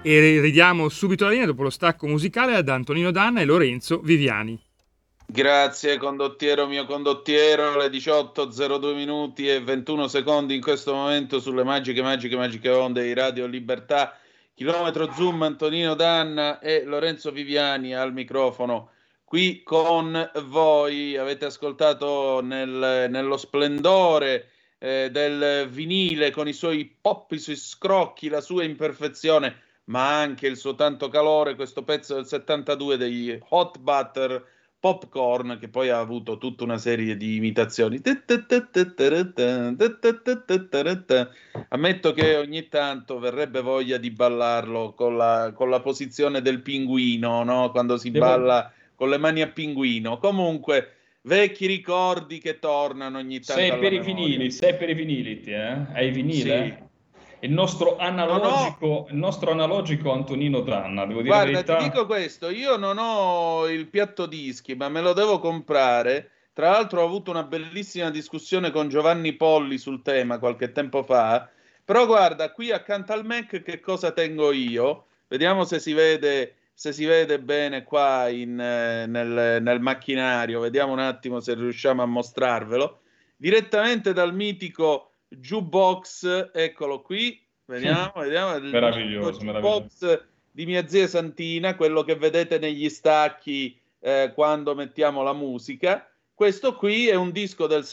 E ridiamo subito la linea dopo lo stacco musicale ad Antonino Danna e Lorenzo Viviani. Grazie condottiero mio condottiero, le 18:02 minuti e 21 secondi in questo momento sulle magiche onde di Radio Libertà. Chilometro Zoom, Antonino Danna e Lorenzo Viviani al microfono qui con voi. Avete ascoltato nello splendore del vinile con i suoi poppi, i suoi scrocchi, la sua imperfezione, ma anche il suo tanto calore, questo pezzo del 72 degli Hot Butter Popcorn, che poi ha avuto tutta una serie di imitazioni. Ammetto che ogni tanto verrebbe voglia di ballarlo con la posizione del pinguino, no? Quando si Devo... balla con le mani a pinguino. Comunque, vecchi ricordi che tornano ogni tanto alla memoria. Sei per i vinili, te, eh? Hai il Sì, vinile? non ho. Il nostro analogico Antonino Danna, devo dire la Guarda, ti verità. dico questo, io non ho il piatto dischi, ma me lo devo comprare. Tra l'altro ho avuto una bellissima discussione con Giovanni Polli sul tema qualche tempo fa. Però guarda, qui accanto al Mac che cosa tengo io? Vediamo se si vede bene qua nel macchinario. Vediamo un attimo se riusciamo a mostrarvelo. Direttamente dal mitico Jukebox, eccolo qui. Vediamo, il mitico Meraviglioso, meraviglioso. Jukebox di mia zia Santina, quello che vedete negli stacchi quando mettiamo la musica. Questo qui è un disco del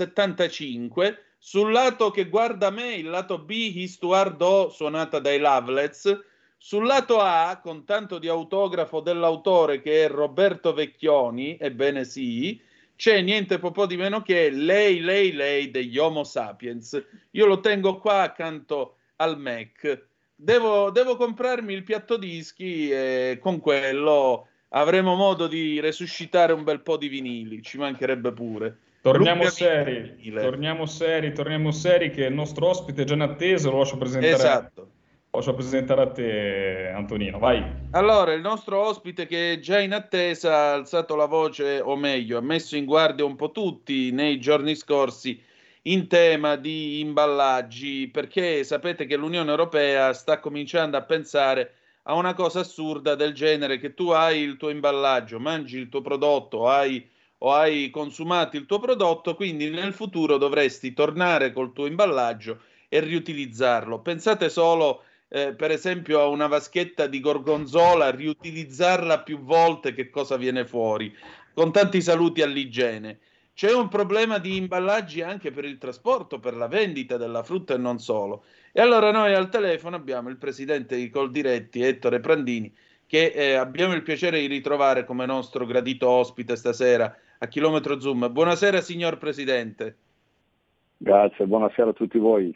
75. Sul lato che guarda me, il lato B, Histoire d'O, suonata dai Lovelets. Sul lato A, con tanto di autografo dell'autore che è Roberto Vecchioni, ebbene sì, c'è niente po' di meno che lei degli Homo Sapiens. Io lo tengo qua accanto al Mac. Devo comprarmi il piatto dischi e con quello avremo modo di resuscitare un bel po' di vinili, ci mancherebbe pure. Torniamo Lunga vita al seri, vinile. torniamo seri, torniamo seri, che il nostro ospite è già in attesa, Esatto. lo lascio presentare a te, Antonino, vai. Allora, il nostro ospite che è già in attesa ha alzato la voce, o meglio, ha messo in guardia un po' tutti nei giorni scorsi in tema di imballaggi, perché sapete che l'Unione Europea sta cominciando a pensare a una cosa assurda del genere, che tu hai il tuo imballaggio, mangi il tuo prodotto, o hai consumato il tuo prodotto, quindi nel futuro dovresti tornare col tuo imballaggio e riutilizzarlo. Pensate solo per esempio a una vaschetta di gorgonzola, riutilizzarla più volte, che cosa viene fuori? Con tanti saluti all'igiene. C'è un problema di imballaggi anche per il trasporto, per la vendita della frutta e non solo. E allora noi al telefono abbiamo il presidente di Coldiretti, Ettore Prandini, che abbiamo il piacere di ritrovare come nostro gradito ospite stasera a Chilometro Zoom. Buonasera, signor presidente. Grazie, buonasera a tutti voi.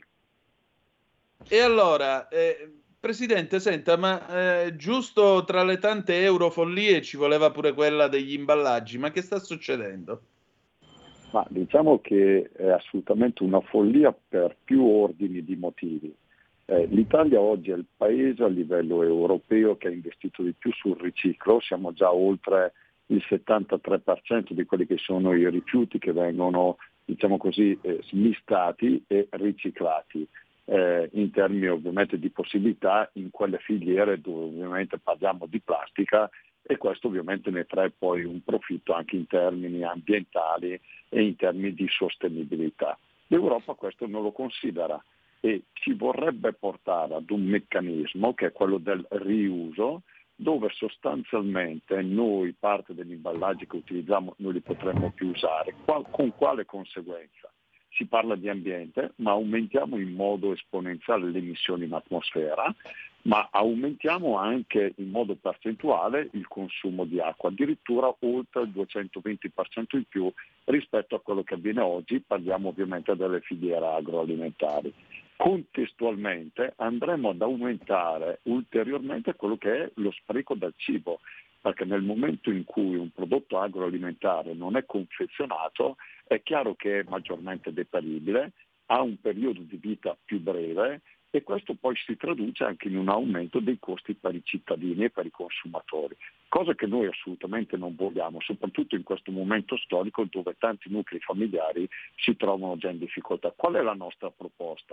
E allora, Presidente, senta, ma giusto tra le tante eurofollie ci voleva pure quella degli imballaggi, ma che sta succedendo? Ma diciamo che è assolutamente una follia per più ordini di motivi. L'Italia oggi è il paese a livello europeo che ha investito di più sul riciclo, siamo già oltre il 73% di quelli che sono i rifiuti che vengono, diciamo così, smistati e riciclati. In termini ovviamente di possibilità in quelle filiere dove ovviamente parliamo di plastica, e questo ovviamente ne trae poi un profitto anche in termini ambientali e in termini di sostenibilità. L'Europa questo non lo considera e ci vorrebbe portare ad un meccanismo che è quello del riuso, dove sostanzialmente noi parte degli imballaggi che utilizziamo non li potremmo più usare. Con quale conseguenza? Si parla di ambiente, ma aumentiamo in modo esponenziale le emissioni in atmosfera, ma aumentiamo anche in modo percentuale il consumo di acqua, addirittura oltre il 220% in più rispetto a quello che avviene oggi, parliamo ovviamente delle filiere agroalimentari. Contestualmente andremo ad aumentare ulteriormente quello che è lo spreco del cibo, perché nel momento in cui un prodotto agroalimentare non è confezionato è chiaro che è maggiormente deperibile, ha un periodo di vita più breve e questo poi si traduce anche in un aumento dei costi per i cittadini e per i consumatori, cosa che noi assolutamente non vogliamo, soprattutto in questo momento storico dove tanti nuclei familiari si trovano già in difficoltà. Qual è la nostra proposta?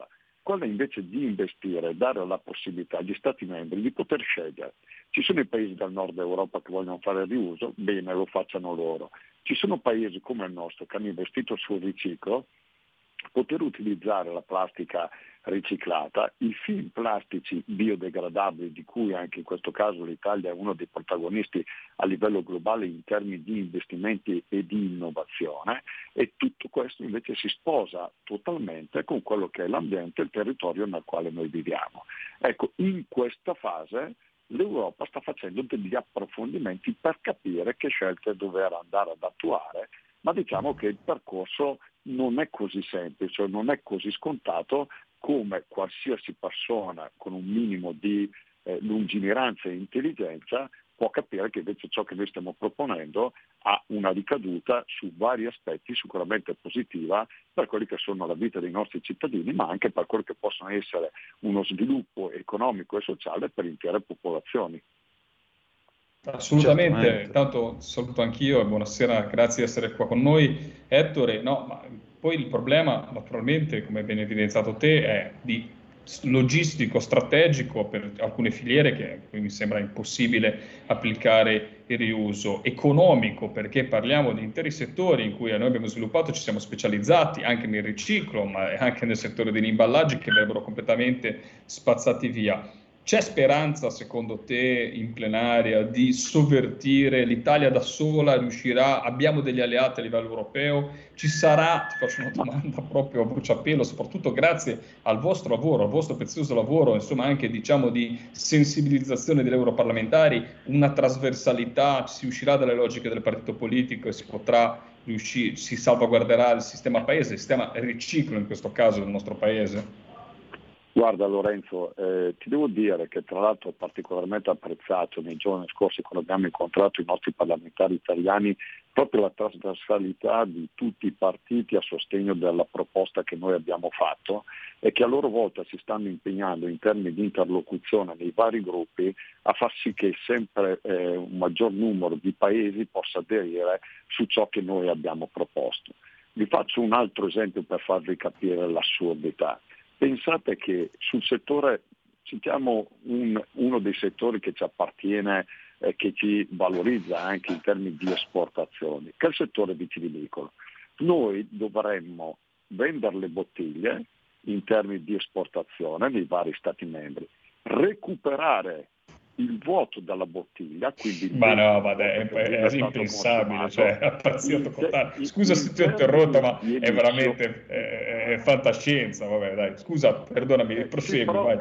quella invece di investire, dare la possibilità agli Stati membri di poter scegliere. Ci sono i paesi del nord Europa che vogliono fare il riuso, bene, lo facciano loro. Ci sono paesi come il nostro che hanno investito sul riciclo, poter utilizzare la plastica riciclata, i film plastici biodegradabili, di cui anche in questo caso l'Italia è uno dei protagonisti a livello globale in termini di investimenti e di innovazione, e tutto questo invece si sposa totalmente con quello che è l'ambiente e il territorio nel quale noi viviamo. Ecco, in questa fase l'Europa sta facendo degli approfondimenti per capire che scelte dover andare ad attuare, ma diciamo che il percorso non è così semplice, non è così scontato come qualsiasi persona con un minimo di lungimiranza e intelligenza può capire che invece ciò che noi stiamo proponendo ha una ricaduta su vari aspetti sicuramente positiva per quelli che sono la vita dei nostri cittadini, ma anche per quello che possono essere uno sviluppo economico e sociale per intere popolazioni. Assolutamente, Certamente. intanto saluto anch'io e buonasera, grazie di essere qua con noi, Ettore. No, ma poi il problema, naturalmente, come ben evidenziato te, è di logistico, strategico per alcune filiere che qui mi sembra impossibile applicare il riuso, economico perché parliamo di interi settori in cui noi abbiamo sviluppato, ci siamo specializzati anche nel riciclo, ma anche nel settore degli imballaggi che verrebbero completamente spazzati via. C'è speranza, secondo te, in plenaria di sovvertire l'Italia da sola? Riuscirà? Abbiamo degli alleati a livello europeo? Ci sarà, ti faccio una domanda proprio a bruciapelo, soprattutto grazie al vostro lavoro, al vostro prezioso lavoro, insomma anche diciamo di sensibilizzazione degli europarlamentari, una trasversalità, si uscirà dalle logiche del partito politico e si potrà riuscire, si salvaguarderà il sistema paese, il sistema riciclo in questo caso del nostro paese? Guarda Lorenzo, ti devo dire che tra l'altro ho particolarmente apprezzato nei giorni scorsi quando abbiamo incontrato i nostri parlamentari italiani proprio la trasversalità di tutti i partiti a sostegno della proposta che noi abbiamo fatto e che a loro volta si stanno impegnando in termini di interlocuzione nei vari gruppi a far sì che sempre un maggior numero di paesi possa aderire su ciò che noi abbiamo proposto. Vi faccio un altro esempio per farvi capire l'assurdità. Pensate che sul settore, citiamo uno dei settori che ci appartiene e che ci valorizza anche in termini di esportazioni, che è il settore vitivinicolo. Noi dovremmo vendere le bottiglie in termini di esportazione nei vari Stati membri, recuperare il vuoto dalla bottiglia, quindi ma no, è impensabile, cioè è pazzia totale. Scusa se ti ho interrotto, ma è veramente è fantascienza, vabbè, dai, scusa, perdonami, prosegui, vai.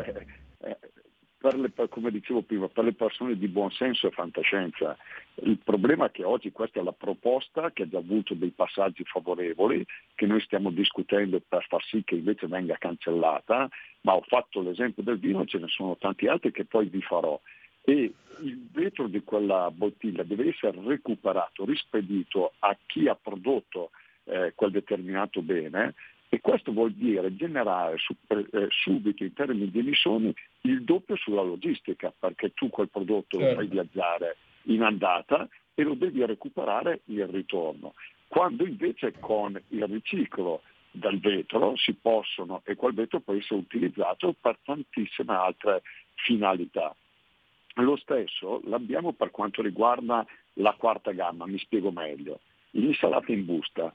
Come dicevo prima, per le persone di buon senso è fantascienza. Il problema è che oggi questa è la proposta che ha già avuto dei passaggi favorevoli, che noi stiamo discutendo per far sì che invece venga cancellata, ma ho fatto l'esempio del vino, ce ne sono tanti altri che poi vi farò. E il vetro di quella bottiglia deve essere recuperato, rispedito a chi ha prodotto quel determinato bene, e questo vuol dire generare subito in termini di emissioni il doppio sulla logistica, perché tu quel prodotto lo fai viaggiare in andata e lo devi recuperare il ritorno, quando invece con il riciclo del vetro si possono, e quel vetro può essere utilizzato per tantissime altre finalità. Lo stesso l'abbiamo per quanto riguarda la quarta gamma, mi spiego meglio. L'insalata in busta,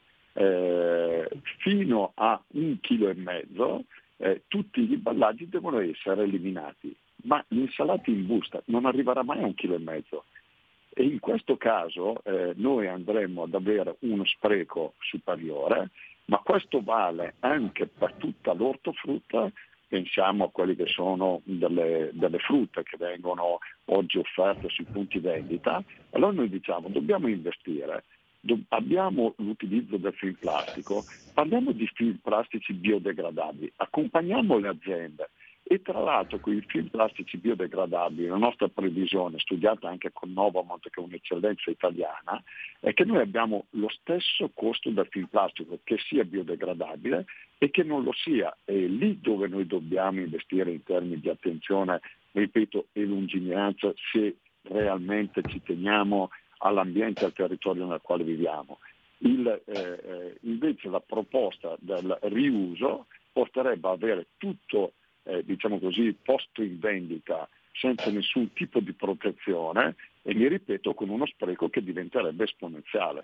fino a 1,5 kg, tutti gli imballaggi devono essere eliminati, ma l'insalata in busta non arriverà mai a 1,5 kg. E in questo caso noi andremo ad avere uno spreco superiore, ma questo vale anche per tutta l'ortofrutta. Pensiamo a quelli che sono delle frutte che vengono oggi offerte sui punti vendita. Allora noi diciamo dobbiamo investire, abbiamo l'utilizzo del film plastico, parliamo di film plastici biodegradabili, accompagniamo le aziende. E tra l'altro con i film plastici biodegradabili, la nostra previsione, studiata anche con Novamont, che è un'eccellenza italiana, è che noi abbiamo lo stesso costo del film plastico, che sia biodegradabile e che non lo sia. È lì dove noi dobbiamo investire in termini di attenzione, ripeto, e lungimiranza, se realmente ci teniamo all'ambiente e al territorio nel quale viviamo. Invece la proposta del riuso porterebbe a avere tutto, diciamo così, posto in vendita senza nessun tipo di protezione e, mi ripeto, con uno spreco che diventerebbe esponenziale.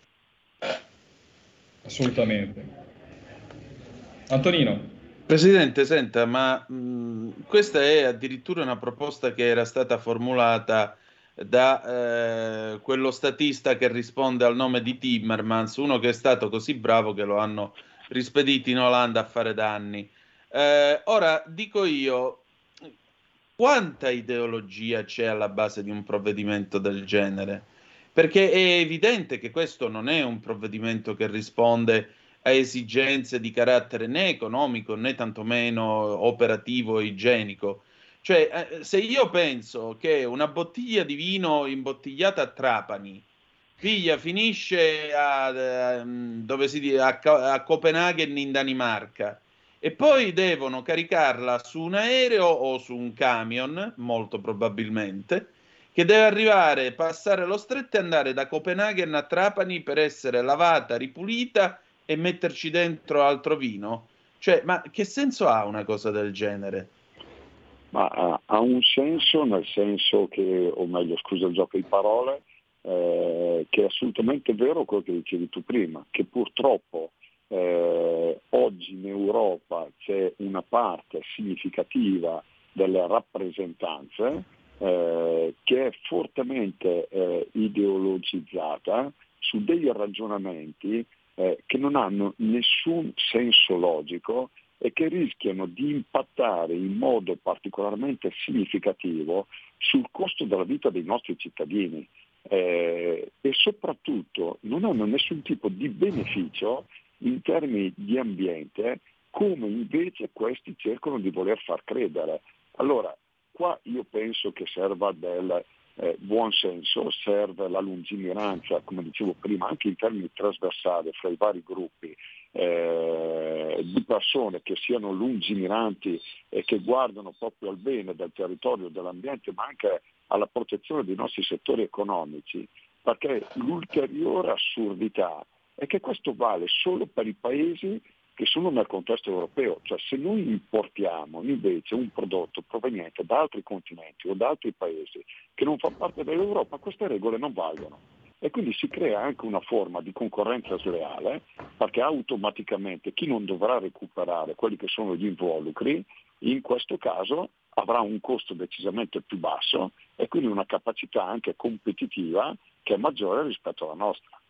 Assolutamente. Antonino. Presidente, senta, ma questa è addirittura una proposta che era stata formulata da quello statista che risponde al nome di Timmermans, uno che è stato così bravo che lo hanno rispedito in Olanda a fare danni. Ora dico io, quanta ideologia c'è alla base di un provvedimento del genere? Perché è evidente che questo non è un provvedimento che risponde a esigenze di carattere né economico né tantomeno operativo e igienico. Cioè, se io penso che una bottiglia di vino imbottigliata a Trapani finisce dove si dice, a Copenaghen in Danimarca e poi devono caricarla su un aereo o su un camion, molto probabilmente, che deve arrivare, passare lo stretto e andare da Copenaghen a Trapani per essere lavata, ripulita e metterci dentro altro vino? Cioè, ma che senso ha una cosa del genere? Ma ha un senso, nel senso che, o meglio, scusa il gioco di parole, che è assolutamente vero quello che dicevi tu prima, che purtroppo oggi in Europa c'è una parte significativa delle rappresentanze che è fortemente ideologizzata su dei ragionamenti che non hanno nessun senso logico e che rischiano di impattare in modo particolarmente significativo sul costo della vita dei nostri cittadini e soprattutto non hanno nessun tipo di beneficio in termini di ambiente, come invece questi cercano di voler far credere. Allora, qua io penso che serva del buon senso, serve la lungimiranza, come dicevo prima, anche in termini trasversali fra i vari gruppi di persone che siano lungimiranti e che guardano proprio al bene del territorio, dell'ambiente, ma anche alla protezione dei nostri settori economici, perché l'ulteriore assurdità è che questo vale solo per i paesi che sono nel contesto europeo, cioè se noi importiamo invece un prodotto proveniente da altri continenti o da altri paesi che non fa parte dell'Europa, queste regole non valgono. E quindi si crea anche una forma di concorrenza sleale, perché automaticamente chi non dovrà recuperare quelli che sono gli involucri, in questo caso avrà un costo decisamente più basso e quindi una capacità anche competitiva che è maggiore rispetto alla nostra.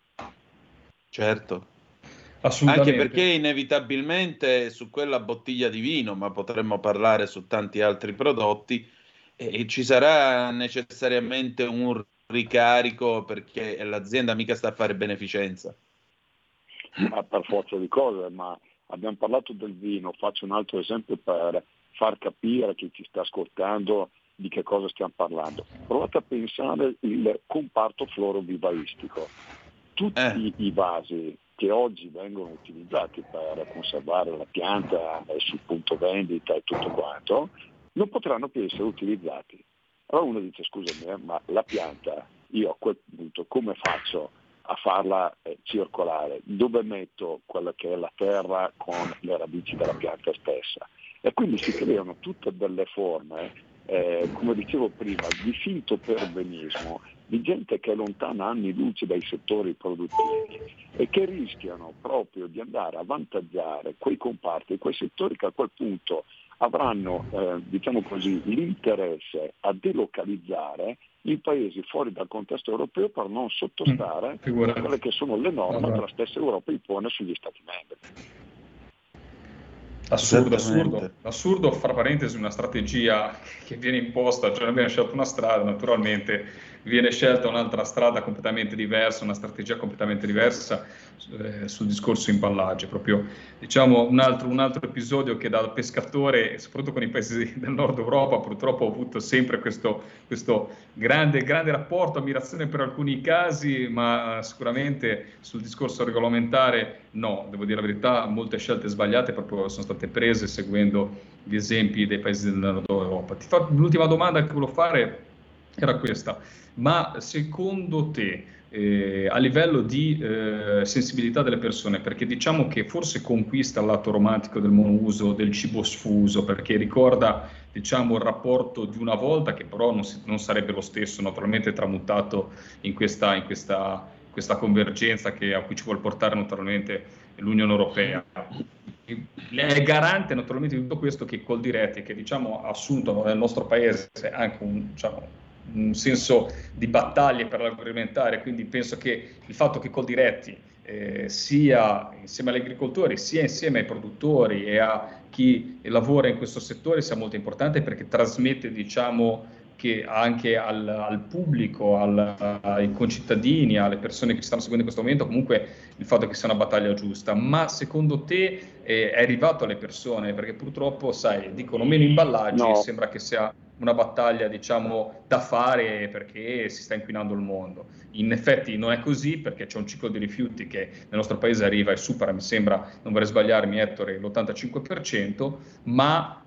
Certo. Assolutamente. Anche perché inevitabilmente su quella bottiglia di vino, ma potremmo parlare su tanti altri prodotti, ci sarà necessariamente un ricarico perché l'azienda mica sta a fare beneficenza. Per forza di cose, ma abbiamo parlato del vino, faccio un altro esempio per far capire a chi ci sta ascoltando di che cosa stiamo parlando. Provate a pensare il comparto florovivaistico. Tutti i vasi che oggi vengono utilizzati per conservare la pianta sul punto vendita e tutto quanto, non potranno più essere utilizzati. Allora uno dice, scusami, ma la pianta, io a quel punto come faccio a farla circolare? Dove metto quella che è la terra con le radici della pianta stessa? E quindi si creano tutte delle forme, come dicevo prima, di finto perbenismo, di gente che è lontana anni luce dai settori produttivi e che rischiano proprio di andare a avvantaggiare quei comparti, quei settori che a quel punto avranno, diciamo così, l'interesse a delocalizzare in paesi fuori dal contesto europeo per non sottostare a quelle che sono le norme che la stessa Europa impone sugli Stati membri. Assurdo, fra parentesi, una strategia che viene imposta, cioè noi abbiamo scelto una strada, naturalmente viene scelta un'altra strada completamente diversa, una strategia completamente diversa sul discorso imballaggi, proprio diciamo un altro episodio che da pescatore, soprattutto con i paesi del nord Europa, purtroppo ho avuto sempre questo grande rapporto, ammirazione per alcuni casi, ma sicuramente sul discorso regolamentare no, devo dire la verità, molte scelte sbagliate proprio sono state prese seguendo gli esempi dei paesi del nord Europa. L'ultima domanda che volevo fare era questa: ma secondo te a livello di sensibilità delle persone, perché diciamo che forse conquista il lato romantico del monouso, del cibo sfuso, perché ricorda, diciamo, il rapporto di una volta, che però non sarebbe lo stesso, naturalmente tramutato in questa convergenza a cui ci vuole portare naturalmente l'Unione Europea. È garante naturalmente di tutto questo che Coldiretti, che diciamo ha assunto nel nostro paese anche un senso di battaglie per l'agroalimentare, quindi penso che il fatto che Coldiretti sia insieme agli agricoltori, sia insieme ai produttori e a chi lavora in questo settore sia molto importante, perché trasmette, diciamo, che anche al pubblico, ai concittadini, alle persone che ci stanno seguendo in questo momento, comunque il fatto che sia una battaglia giusta. Ma secondo te è arrivato alle persone? Perché purtroppo, sai, dicono meno imballaggi, No. sembra che sia una battaglia, diciamo, da fare perché si sta inquinando il mondo. In effetti non è così, perché c'è un ciclo di rifiuti che nel nostro paese arriva e supera, mi sembra, non vorrei sbagliarmi, Ettore, l'85%, ma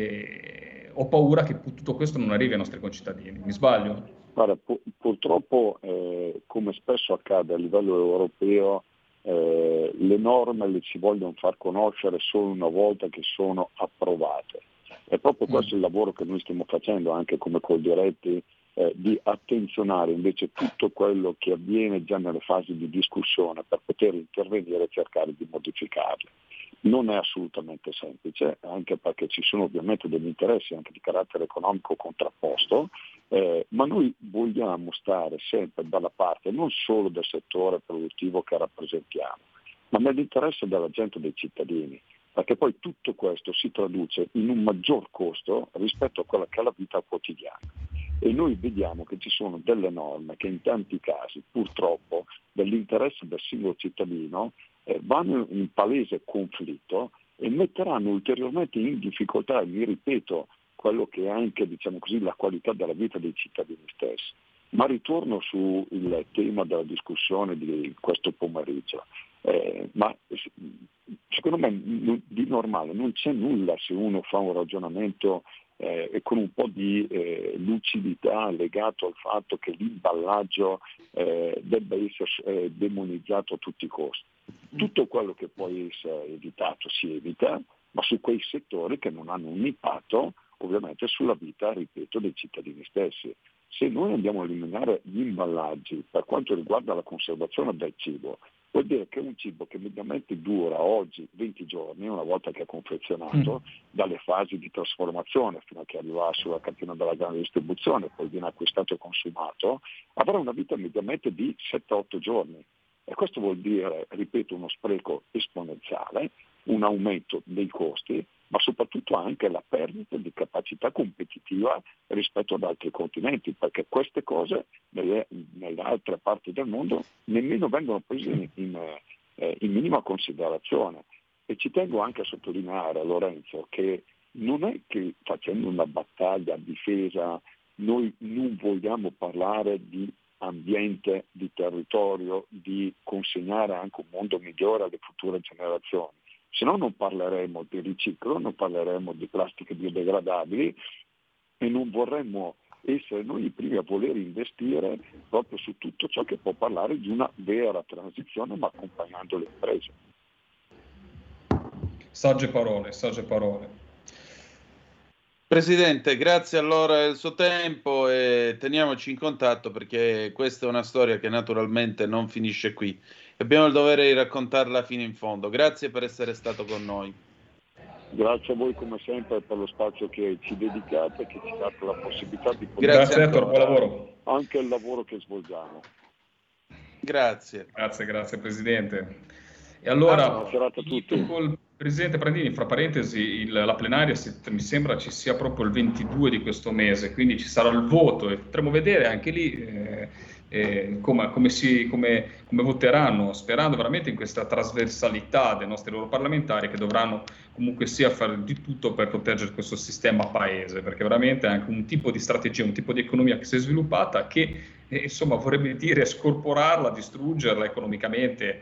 ho paura che tutto questo non arrivi ai nostri concittadini. Mi sbaglio? Guarda, purtroppo, come spesso accade a livello europeo, le norme le ci vogliono far conoscere solo una volta che sono approvate. È proprio questo il lavoro che noi stiamo facendo anche come Coldiretti, di attenzionare invece tutto quello che avviene già nelle fasi di discussione per poter intervenire e cercare di modificarle. Non è assolutamente semplice, anche perché ci sono ovviamente degli interessi anche di carattere economico contrapposto, ma noi vogliamo stare sempre dalla parte non solo del settore produttivo che rappresentiamo, ma nell'interesse della gente, dei cittadini, perché poi tutto questo si traduce in un maggior costo rispetto a quella che è la vita quotidiana. E noi vediamo che ci sono delle norme che in tanti casi, purtroppo, dell'interesse del singolo cittadino vanno in palese conflitto e metteranno ulteriormente in difficoltà, mi ripeto, quello che è anche, diciamo così, la qualità della vita dei cittadini stessi. Ma ritorno sul tema della discussione di questo pomeriggio. Ma secondo me di normale non c'è nulla se uno fa un ragionamento con un po' di lucidità legato al fatto che l'imballaggio debba essere demonizzato a tutti i costi. Tutto quello che può essere evitato si evita, ma su quei settori che non hanno un impatto ovviamente sulla vita, ripeto, dei cittadini stessi. Se noi andiamo a eliminare gli imballaggi per quanto riguarda la conservazione del cibo, vuol dire che è un cibo che mediamente dura oggi 20 giorni, una volta che è confezionato, dalle fasi di trasformazione fino a che arriva sulla catena della grande distribuzione, poi viene acquistato e consumato, avrà una vita mediamente di 7-8 giorni. E questo vuol dire, ripeto, uno spreco esponenziale, un aumento dei costi, ma soprattutto anche la perdita di capacità competitiva rispetto ad altri continenti, perché queste cose nelle altre parti del mondo nemmeno vengono prese in minima considerazione. E ci tengo anche a sottolineare, Lorenzo, che non è che facendo una battaglia a difesa noi non vogliamo parlare di ambiente, di territorio, di consegnare anche un mondo migliore alle future generazioni. Se no non parleremo di riciclo, non parleremo di plastiche biodegradabili e non vorremmo essere noi i primi a voler investire proprio su tutto ciò che può parlare di una vera transizione, ma accompagnando le imprese. Sagge parole, sagge parole. Presidente, grazie allora del suo tempo e teniamoci in contatto, perché questa è una storia che naturalmente non finisce qui. Abbiamo il dovere di raccontarla fino in fondo. Grazie per essere stato con noi. Grazie a voi come sempre per lo spazio che ci dedicate e che ci date la possibilità di poter Grazie Ettore, buon lavoro. Anche il lavoro che svolgiamo. Grazie. Grazie Presidente. E allora, buona serata a tutti. Col Presidente Prandini, fra parentesi, la plenaria mi sembra ci sia proprio il 22 di questo mese, quindi ci sarà il voto e potremo vedere anche lì come voteranno, sperando veramente in questa trasversalità dei nostri loro parlamentari, che dovranno comunque sia fare di tutto per proteggere questo sistema paese, perché veramente è anche un tipo di strategia, un tipo di economia che si è sviluppata che insomma vorrebbe dire scorporarla, distruggerla economicamente.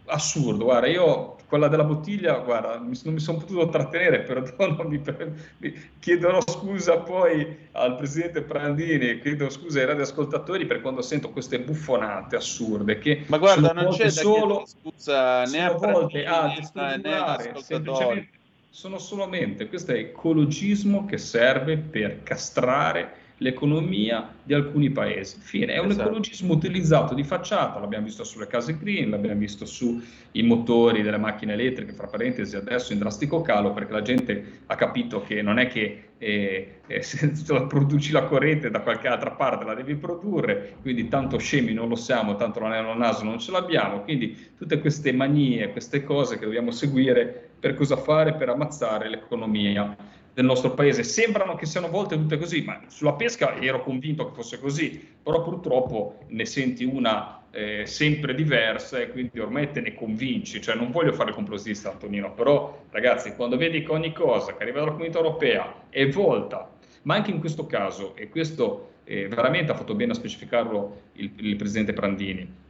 assurdo, guarda, io quella della bottiglia, guarda, non mi sono potuto trattenere, perdonami, chiederò scusa poi al presidente Prandini, chiedo scusa ai radioascoltatori per quando sento queste buffonate assurde che Ma sono guarda, non volte c'è da chiedere solo, scusa né a sono volte Prandini a né agli destrutturare, ascoltatori. semplicemente sono solamente, questo è ecologismo che serve per castrare l'economia di alcuni paesi. Fine, è un Esatto. ecologismo utilizzato di facciata, l'abbiamo visto sulle case green, l'abbiamo visto sui motori delle macchine elettriche, fra parentesi, adesso in drastico calo perché la gente ha capito che non è che se produci la corrente da qualche altra parte la devi produrre, quindi tanto scemi non lo siamo, tanto l'anello al naso non ce l'abbiamo, quindi tutte queste manie, queste cose che dobbiamo seguire per cosa fare? Per ammazzare l'economia del nostro paese. Sembrano che siano volte tutte così, ma sulla pesca ero convinto che fosse così, però purtroppo ne senti una sempre diversa e quindi ormai te ne convinci, cioè non voglio fare il complotista Antonino, però ragazzi quando vedi che ogni cosa che arriva dalla comunità europea è volta, ma anche in questo caso, e questo veramente ha fatto bene a specificarlo il presidente Prandini,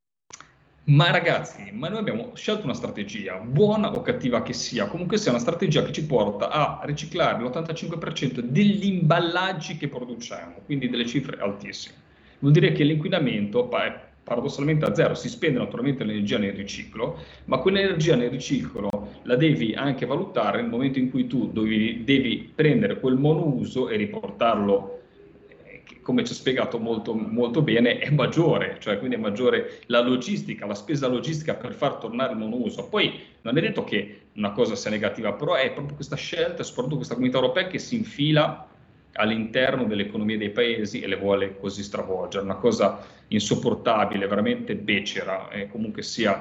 ma ragazzi, ma noi abbiamo scelto una strategia, buona o cattiva che sia, comunque sia una strategia che ci porta a riciclare l'85% degli imballaggi che produciamo, quindi delle cifre altissime. Vuol dire che l'inquinamento è paradossalmente a zero, si spende naturalmente l'energia nel riciclo, ma quell'energia nel riciclo la devi anche valutare nel momento in cui tu devi prendere quel monouso e riportarlo, che, come ci ha spiegato molto, molto bene, è maggiore, cioè quindi è maggiore la logistica, la spesa logistica per far tornare il monouso. Poi non è detto che una cosa sia negativa, però è proprio questa scelta, soprattutto questa comunità europea che si infila all'interno dell'economia dei paesi e le vuole così stravolgere, una cosa insopportabile, veramente becera, e comunque sia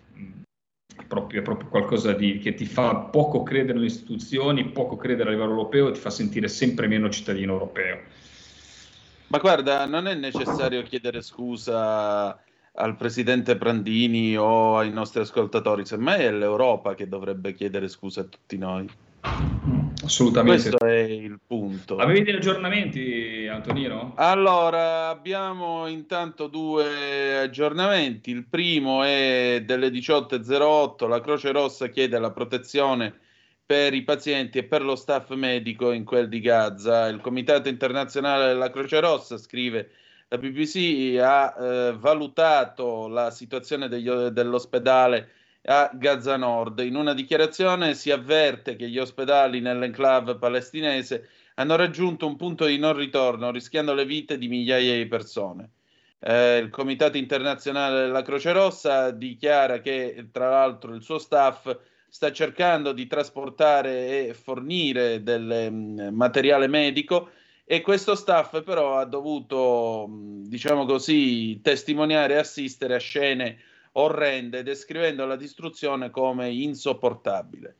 è proprio qualcosa che ti fa poco credere nelle istituzioni, poco credere a livello europeo e ti fa sentire sempre meno cittadino europeo. Ma guarda, non è necessario chiedere scusa al presidente Prandini o ai nostri ascoltatori, semmai è l'Europa che dovrebbe chiedere scusa a tutti noi. Assolutamente. Questo è il punto. Avevi degli aggiornamenti, Antonino? Allora, abbiamo intanto due aggiornamenti. Il primo è delle 18:08. La Croce Rossa chiede la protezione per i pazienti e per lo staff medico in quel di Gaza. Il Comitato Internazionale della Croce Rossa, scrive la BBC, ha valutato la situazione dell'ospedale a Gaza Nord. In una dichiarazione si avverte che gli ospedali nell'enclave palestinese hanno raggiunto un punto di non ritorno, rischiando le vite di migliaia di persone. Il Comitato Internazionale della Croce Rossa dichiara che, tra l'altro, il suo staff sta cercando di trasportare e fornire del materiale medico e questo staff però ha dovuto, diciamo così, testimoniare e assistere a scene orrende, descrivendo la distruzione come insopportabile.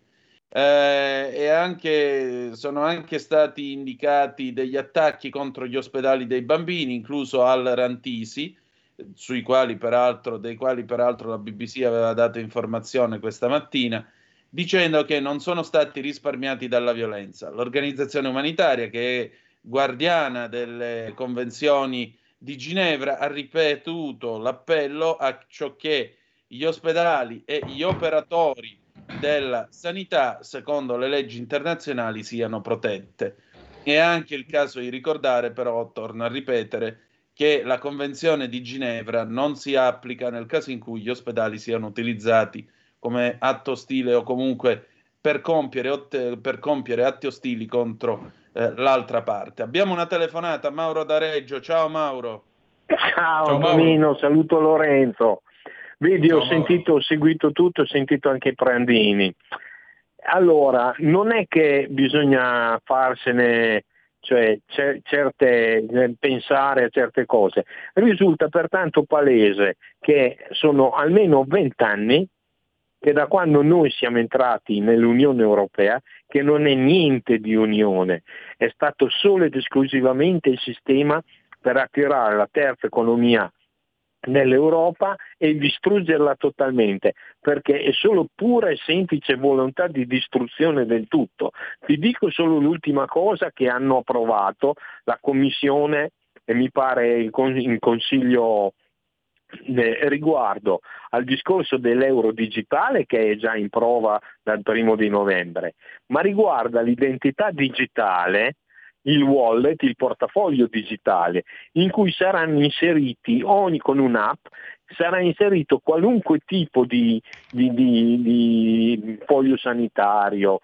Sono anche stati indicati degli attacchi contro gli ospedali dei bambini, incluso al Rantisi, dei quali peraltro la BBC aveva dato informazione questa mattina, dicendo che non sono stati risparmiati dalla violenza. L'organizzazione umanitaria, che è guardiana delle convenzioni di Ginevra, ha ripetuto l'appello a ciò che gli ospedali e gli operatori della sanità, secondo le leggi internazionali, siano protette. È anche il caso di ricordare, però, torno a ripetere, che la Convenzione di Ginevra non si applica nel caso in cui gli ospedali siano utilizzati come atto ostile o comunque per compiere atti ostili contro l'altra parte. Abbiamo una telefonata, Mauro da Reggio. Ciao Mauro. Ciao Ciao, Antonino, Mauro. saluto Lorenzo. Vedi, Ciao, Mauro. ho seguito tutto, ho sentito anche i Prandini. Allora, non è che bisogna farsene, cioè, pensare a certe cose. Risulta pertanto palese che sono almeno 20 anni che da quando noi siamo entrati nell'Unione Europea, che non è niente di unione, è stato solo ed esclusivamente il sistema per attirare la terza economia nell'Europa e distruggerla totalmente, perché è solo pura e semplice volontà di distruzione del tutto. Ti dico solo l'ultima cosa che hanno approvato la Commissione e mi pare il Consiglio riguardo al discorso dell'euro digitale, che è già in prova dal 1 di novembre, ma riguarda l'identità digitale, il wallet, il portafoglio digitale, in cui saranno inseriti con un'app sarà inserito qualunque tipo di foglio sanitario,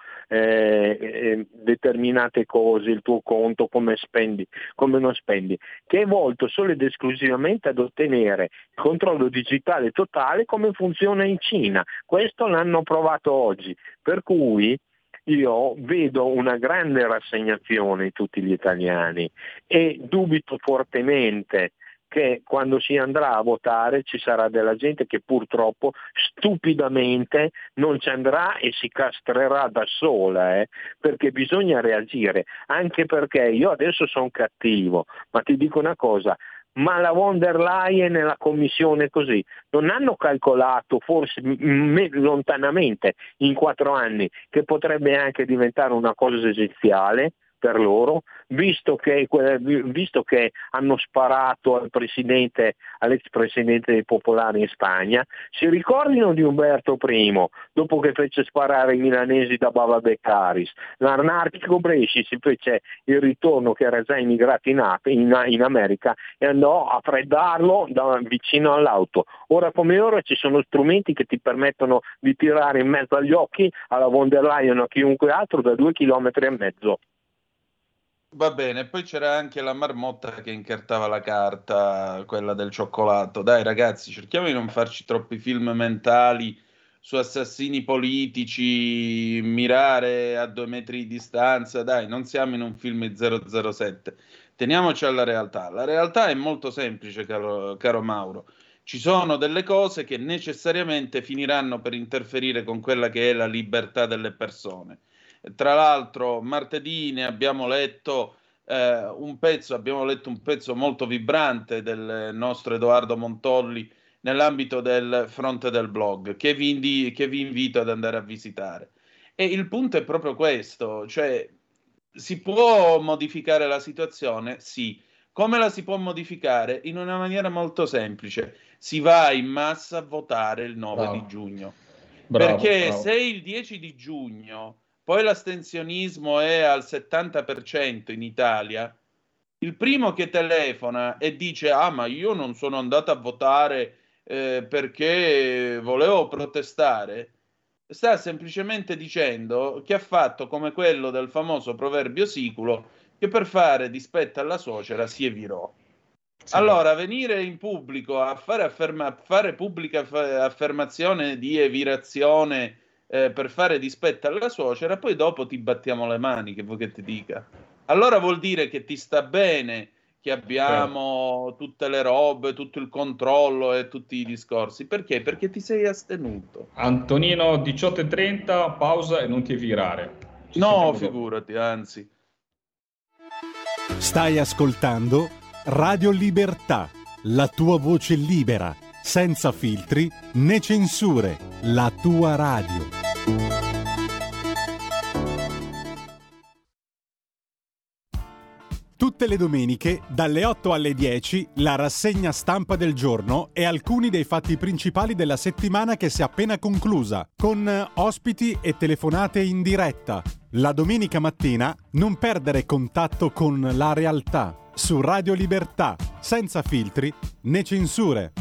determinate cose, il tuo conto, come spendi, come non spendi, che è volto solo ed esclusivamente ad ottenere il controllo digitale totale come funziona in Cina. Questo l'hanno provato oggi, per cui io vedo una grande rassegnazione di tutti gli italiani e dubito fortemente che quando si andrà a votare ci sarà della gente che purtroppo stupidamente non ci andrà e si castrerà da sola, perché bisogna reagire, anche perché io adesso sono cattivo, ma ti dico una cosa, ma la von der Leyen e la Commissione così non hanno calcolato forse lontanamente in 4 anni che potrebbe anche diventare una cosa esiziale per loro, visto che hanno sparato all'ex presidente dei Popolari in Spagna. Si ricordino di Umberto I, dopo che fece sparare i milanesi da Bava Beccaris, l'anarchico Bresci si fece il ritorno, che era già immigrato in America, e andò a freddarlo vicino all'auto. Ora come ora ci sono strumenti che ti permettono di tirare in mezzo agli occhi alla von der Leyen o a chiunque altro da 2,5 km. Va bene, poi c'era anche la marmotta che incartava la carta, quella del cioccolato. Dai ragazzi, cerchiamo di non farci troppi film mentali su assassini politici, mirare a 2 metri di distanza. Dai, non siamo in un film 007. Teniamoci alla realtà. La realtà è molto semplice, caro Mauro. Ci sono delle cose che necessariamente finiranno per interferire con quella che è la libertà delle persone. Tra l'altro martedì ne abbiamo letto un pezzo molto vibrante del nostro Edoardo Montolli nell'ambito del fronte del blog, che vi invito ad andare a visitare. E il punto è proprio questo, cioè si può modificare la situazione? Sì. Come la si può modificare? In una maniera molto semplice. Si va in massa a votare il 9 di giugno. Perché se il 10 di giugno poi l'astensionismo è al 70% in Italia, il primo che telefona e dice ma io non sono andato a votare perché volevo protestare, sta semplicemente dicendo che ha fatto come quello del famoso proverbio siculo, che per fare dispetto alla suocera si evirò. Sì. Allora, venire in pubblico a fare pubblica affermazione di evirazione per fare dispetto alla suocera, poi dopo ti battiamo le mani, che vuoi che ti dica? Allora vuol dire che ti sta bene che abbiamo tutte le robe, tutto il controllo e tutti i discorsi. Perché? Perché ti sei astenuto. Antonino, 18:30, pausa e non ti virare. No, figurati, anzi. Stai ascoltando Radio Libertà, la tua voce libera, senza filtri né censure, la tua radio. Tutte le domeniche, dalle 8 alle 10, la rassegna stampa del giorno e alcuni dei fatti principali della settimana che si è appena conclusa, con ospiti e telefonate in diretta. La domenica mattina non perdere contatto con la realtà, su Radio Libertà, senza filtri né censure.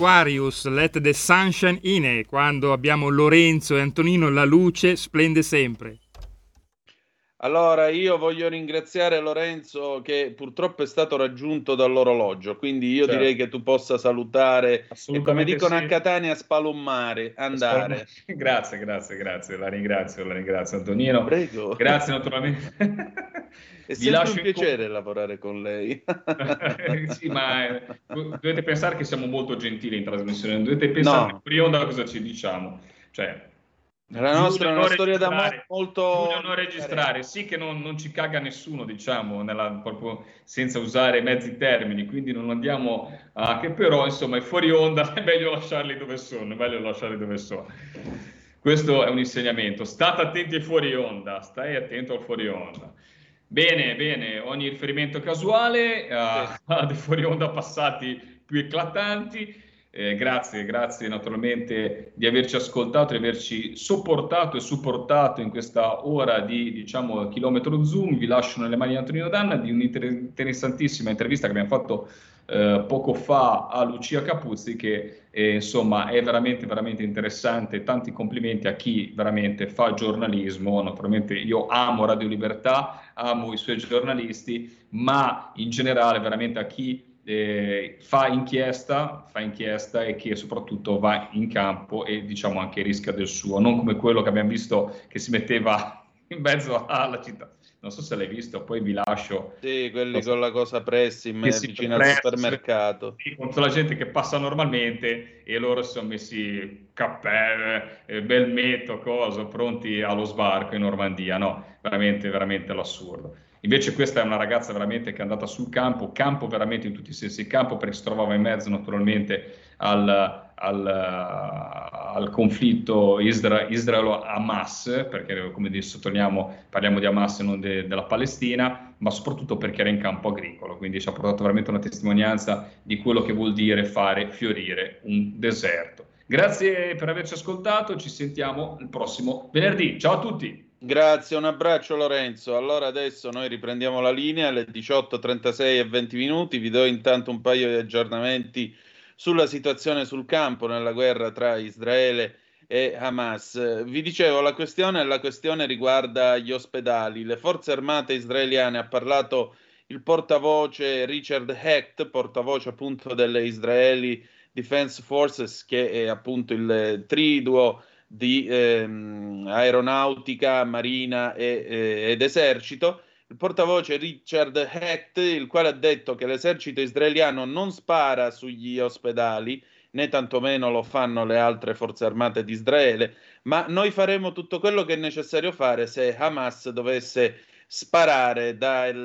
Aquarius, let the sunshine in, e quando abbiamo Lorenzo e Antonino la luce splende sempre. Allora, io voglio ringraziare Lorenzo che purtroppo è stato raggiunto dall'orologio, quindi io Certo. direi che tu possa salutare e, come Assolutamente dicono a sì. Catania, spalummare, andare. Grazie, la ringrazio Antonino. Prego. Grazie naturalmente. È Vi sempre lascio un piacere lavorare con lei. Sì, ma dovete pensare che siamo molto gentili in trasmissione, non dovete pensare No, fuori onda cosa ci diciamo. Cioè, la nostra è una storia d'amore Giulia molto non registrare, sì che non ci caga nessuno, diciamo, proprio senza usare mezzi termini, quindi non andiamo a... che però, insomma, è fuori onda, è meglio lasciarli dove sono, è meglio lasciarli dove sono. Questo è un insegnamento. State attenti ai fuori onda, stai attento al fuori onda. Bene, ogni riferimento casuale a dei fuori onda passati più eclatanti. Grazie naturalmente di averci ascoltato, di averci sopportato e supportato in questa ora di, diciamo, chilometro zoom. Vi lascio nelle mani di Antonino Danna di un'interessantissima intervista che abbiamo fatto poco fa a Lucia Capuzzi, che insomma è veramente interessante. Tanti complimenti a chi veramente fa giornalismo. Naturalmente io amo Radio Libertà, amo i suoi giornalisti, ma in generale veramente a chi fa inchiesta e che soprattutto va in campo e, diciamo, anche rischia del suo, non come quello che abbiamo visto che si metteva in mezzo alla città. Non so se l'hai visto, poi vi lascio. sì, quelli con la cosa Pressim vicino al supermercato. Sì, contro la gente che passa normalmente e loro si sono messi cappello, belmetto, coso, pronti allo sbarco in Normandia. No, veramente l'assurdo. Invece questa è una ragazza veramente che è andata sul campo veramente in tutti i sensi il campo, perché si trovava in mezzo naturalmente al conflitto Israelo-Hamas, perché come sottolineiamo parliamo di Hamas e non della Palestina, ma soprattutto perché era in campo agricolo, quindi ci ha portato veramente una testimonianza di quello che vuol dire fare fiorire un deserto. Grazie per averci ascoltato, ci sentiamo il prossimo venerdì. Ciao a tutti! Grazie, un abbraccio Lorenzo. Allora adesso noi riprendiamo la linea alle 18:36 e 20 minuti. Vi do intanto un paio di aggiornamenti sulla situazione sul campo nella guerra tra Israele e Hamas. Vi dicevo, la questione riguarda gli ospedali. Le forze armate israeliane, ha parlato il portavoce Richard Hecht, portavoce appunto delle Israeli Defense Forces, che è appunto il triduo di aeronautica, marina ed esercito. Il portavoce Richard Hecht, il quale ha detto che l'esercito israeliano non spara sugli ospedali, né tantomeno lo fanno le altre forze armate di Israele, ma noi faremo tutto quello che è necessario fare se Hamas dovesse sparare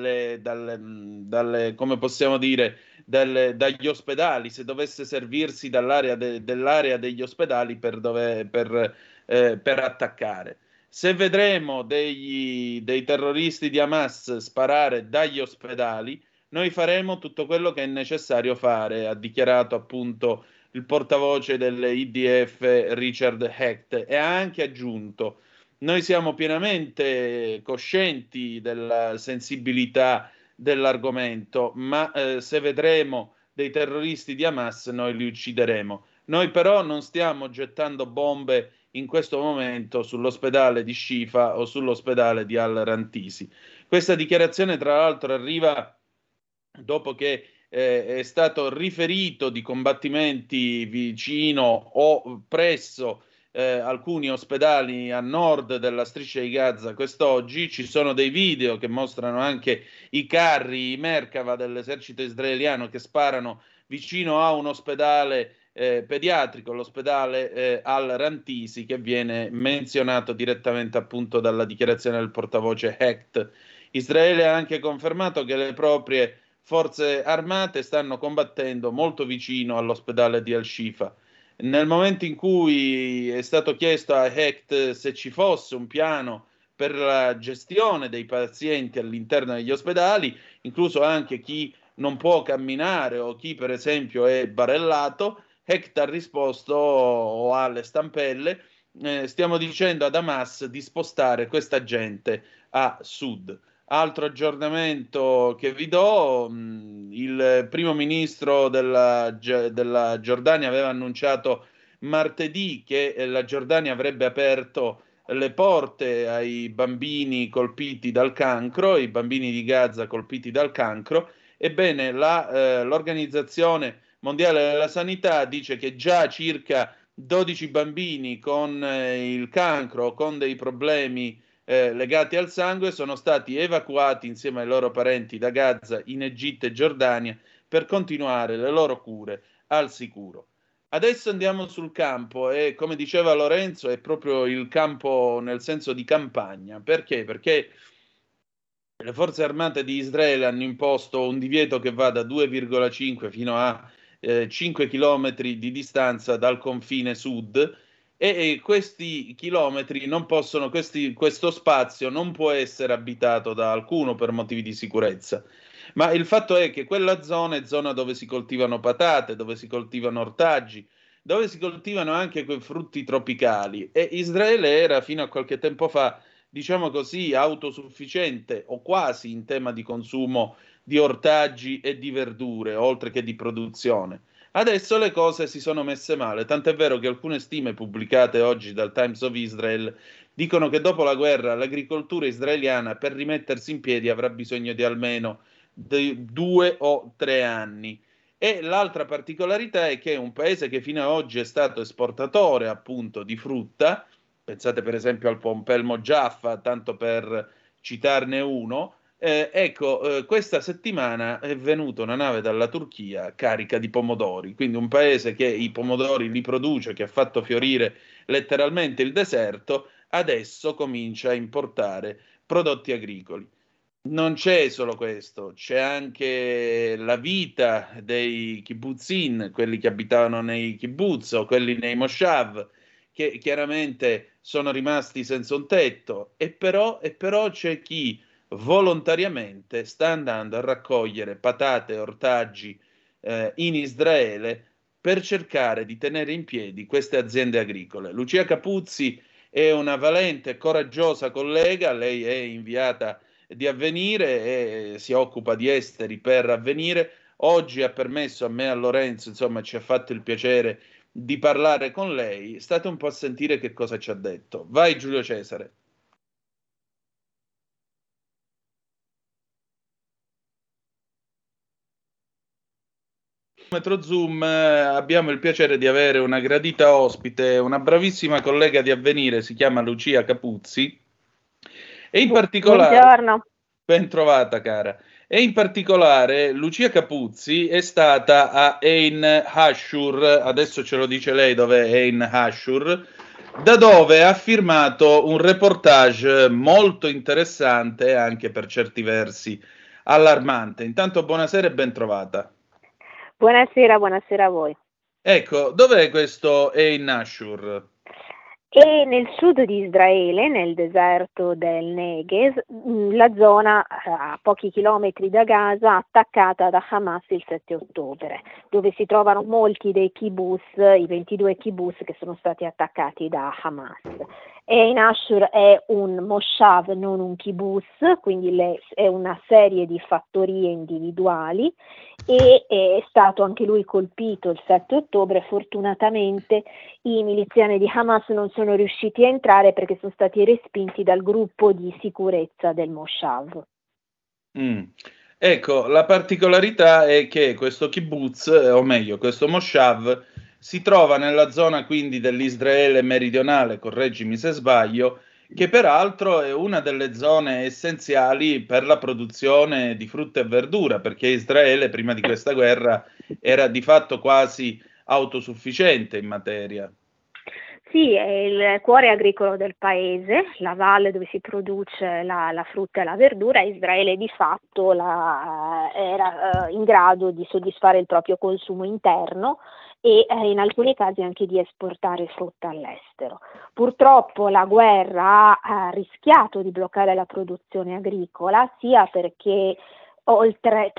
come possiamo dire, dagli ospedali, se dovesse servirsi dell'area degli ospedali per attaccare. Se vedremo dei terroristi di Hamas sparare dagli ospedali, noi faremo tutto quello che è necessario fare, ha dichiarato appunto il portavoce dell'IDF Richard Hecht, e ha anche aggiunto: noi siamo pienamente coscienti della sensibilità dell'argomento, ma se vedremo dei terroristi di Hamas noi li uccideremo. Noi però non stiamo gettando bombe in questo momento sull'ospedale di Shifa o sull'ospedale di Al-Rantisi. Questa dichiarazione, tra l'altro, arriva dopo che è stato riferito di combattimenti vicino o presso alcuni ospedali a nord della striscia di Gaza quest'oggi. Ci sono dei video che mostrano anche i carri, i Merkava dell'esercito israeliano che sparano vicino a un ospedale pediatrico, l'ospedale Al-Rantisi, che viene menzionato direttamente appunto dalla dichiarazione del portavoce Hecht. Israele ha anche confermato che le proprie forze armate stanno combattendo molto vicino all'ospedale di Al-Shifa. Nel momento in cui è stato chiesto a Hecht se ci fosse un piano per la gestione dei pazienti all'interno degli ospedali, incluso anche chi non può camminare o chi per esempio è barellato, Hecht ha risposto, o alle stampelle, stiamo dicendo ad Hamas di spostare questa gente a sud. Altro aggiornamento che vi do, il primo ministro della Giordania aveva annunciato martedì che la Giordania avrebbe aperto le porte ai bambini colpiti dal cancro, i bambini di Gaza colpiti dal cancro. Ebbene, l'Organizzazione Mondiale della Sanità dice che già circa 12 bambini con il cancro, con dei problemi legati al sangue, sono stati evacuati insieme ai loro parenti da Gaza in Egitto e Giordania per continuare le loro cure al sicuro. Adesso andiamo sul campo e, come diceva Lorenzo, è proprio il campo nel senso di campagna. Perché? Perché le forze armate di Israele hanno imposto un divieto che va da 2,5 fino a 5 chilometri di distanza dal confine sud, e questi chilometri non possono, questo spazio non può essere abitato da alcuno per motivi di sicurezza. Ma il fatto è che quella zona è zona dove si coltivano patate, dove si coltivano ortaggi, dove si coltivano anche quei frutti tropicali, e Israele era fino a qualche tempo fa, diciamo così, autosufficiente o quasi in tema di consumo di ortaggi e di verdure, oltre che di produzione. Adesso le cose si sono messe male, tant'è vero che alcune stime pubblicate oggi dal Times of Israel dicono che dopo la guerra l'agricoltura israeliana per rimettersi in piedi avrà bisogno di almeno 2 o 3 anni. E l'altra particolarità è che è un paese che fino ad oggi è stato esportatore appunto di frutta, pensate per esempio al pompelmo Jaffa, tanto per citarne uno. Questa settimana è venuta una nave dalla Turchia carica di pomodori, quindi un paese che i pomodori li produce, che ha fatto fiorire letteralmente il deserto, adesso comincia a importare prodotti agricoli. Non c'è solo questo, c'è anche la vita dei kibbutzin, quelli che abitavano nei kibbutz o quelli nei moshav, che chiaramente sono rimasti senza un tetto, e però c'è chi volontariamente sta andando a raccogliere patate e ortaggi in Israele per cercare di tenere in piedi queste aziende agricole. Lucia Capuzzi è una valente e coraggiosa collega, lei è inviata di Avvenire e si occupa di esteri per Avvenire. Oggi ha permesso a me e a Lorenzo, insomma, ci ha fatto il piacere di parlare con lei. State un po' a sentire che cosa ci ha detto. Vai Giulio Cesare. Metro Zoom abbiamo il piacere di avere una gradita ospite, una bravissima collega di Avvenire, si chiama Lucia Capuzzi, e in particolare, buongiorno. ben trovata cara, e in particolare Lucia Capuzzi è stata a Ein Hashur, adesso ce lo dice lei dove è Ein Hashur, da dove ha firmato un reportage molto interessante e anche per certi versi allarmante. Intanto buonasera e ben trovata. Buonasera a voi. Ecco, dov'è questo Ein Hashur? E nel sud di Israele, nel deserto del Negev, la zona a pochi chilometri da Gaza, attaccata da Hamas il 7 ottobre, dove si trovano molti dei kibbutz, i 22 kibbutz che sono stati attaccati da Hamas. Ein Hashur è un moshav, non un kibbutz, quindi è una serie di fattorie individuali, e è stato anche lui colpito il 7 ottobre. Fortunatamente i miliziani di Hamas non sono riusciti a entrare perché sono stati respinti dal gruppo di sicurezza del moshav. Ecco, la particolarità è che questo kibbutz, o meglio, questo moshav, si trova nella zona quindi dell'Israele meridionale, correggimi se sbaglio, che peraltro è una delle zone essenziali per la produzione di frutta e verdura, perché Israele prima di questa guerra era di fatto quasi autosufficiente in materia. Sì, è il cuore agricolo del paese, la valle dove si produce la frutta e la verdura. Israele di fatto era in grado di soddisfare il proprio consumo interno e in alcuni casi anche di esportare frutta all'estero. Purtroppo la guerra ha rischiato di bloccare la produzione agricola, sia perché oltre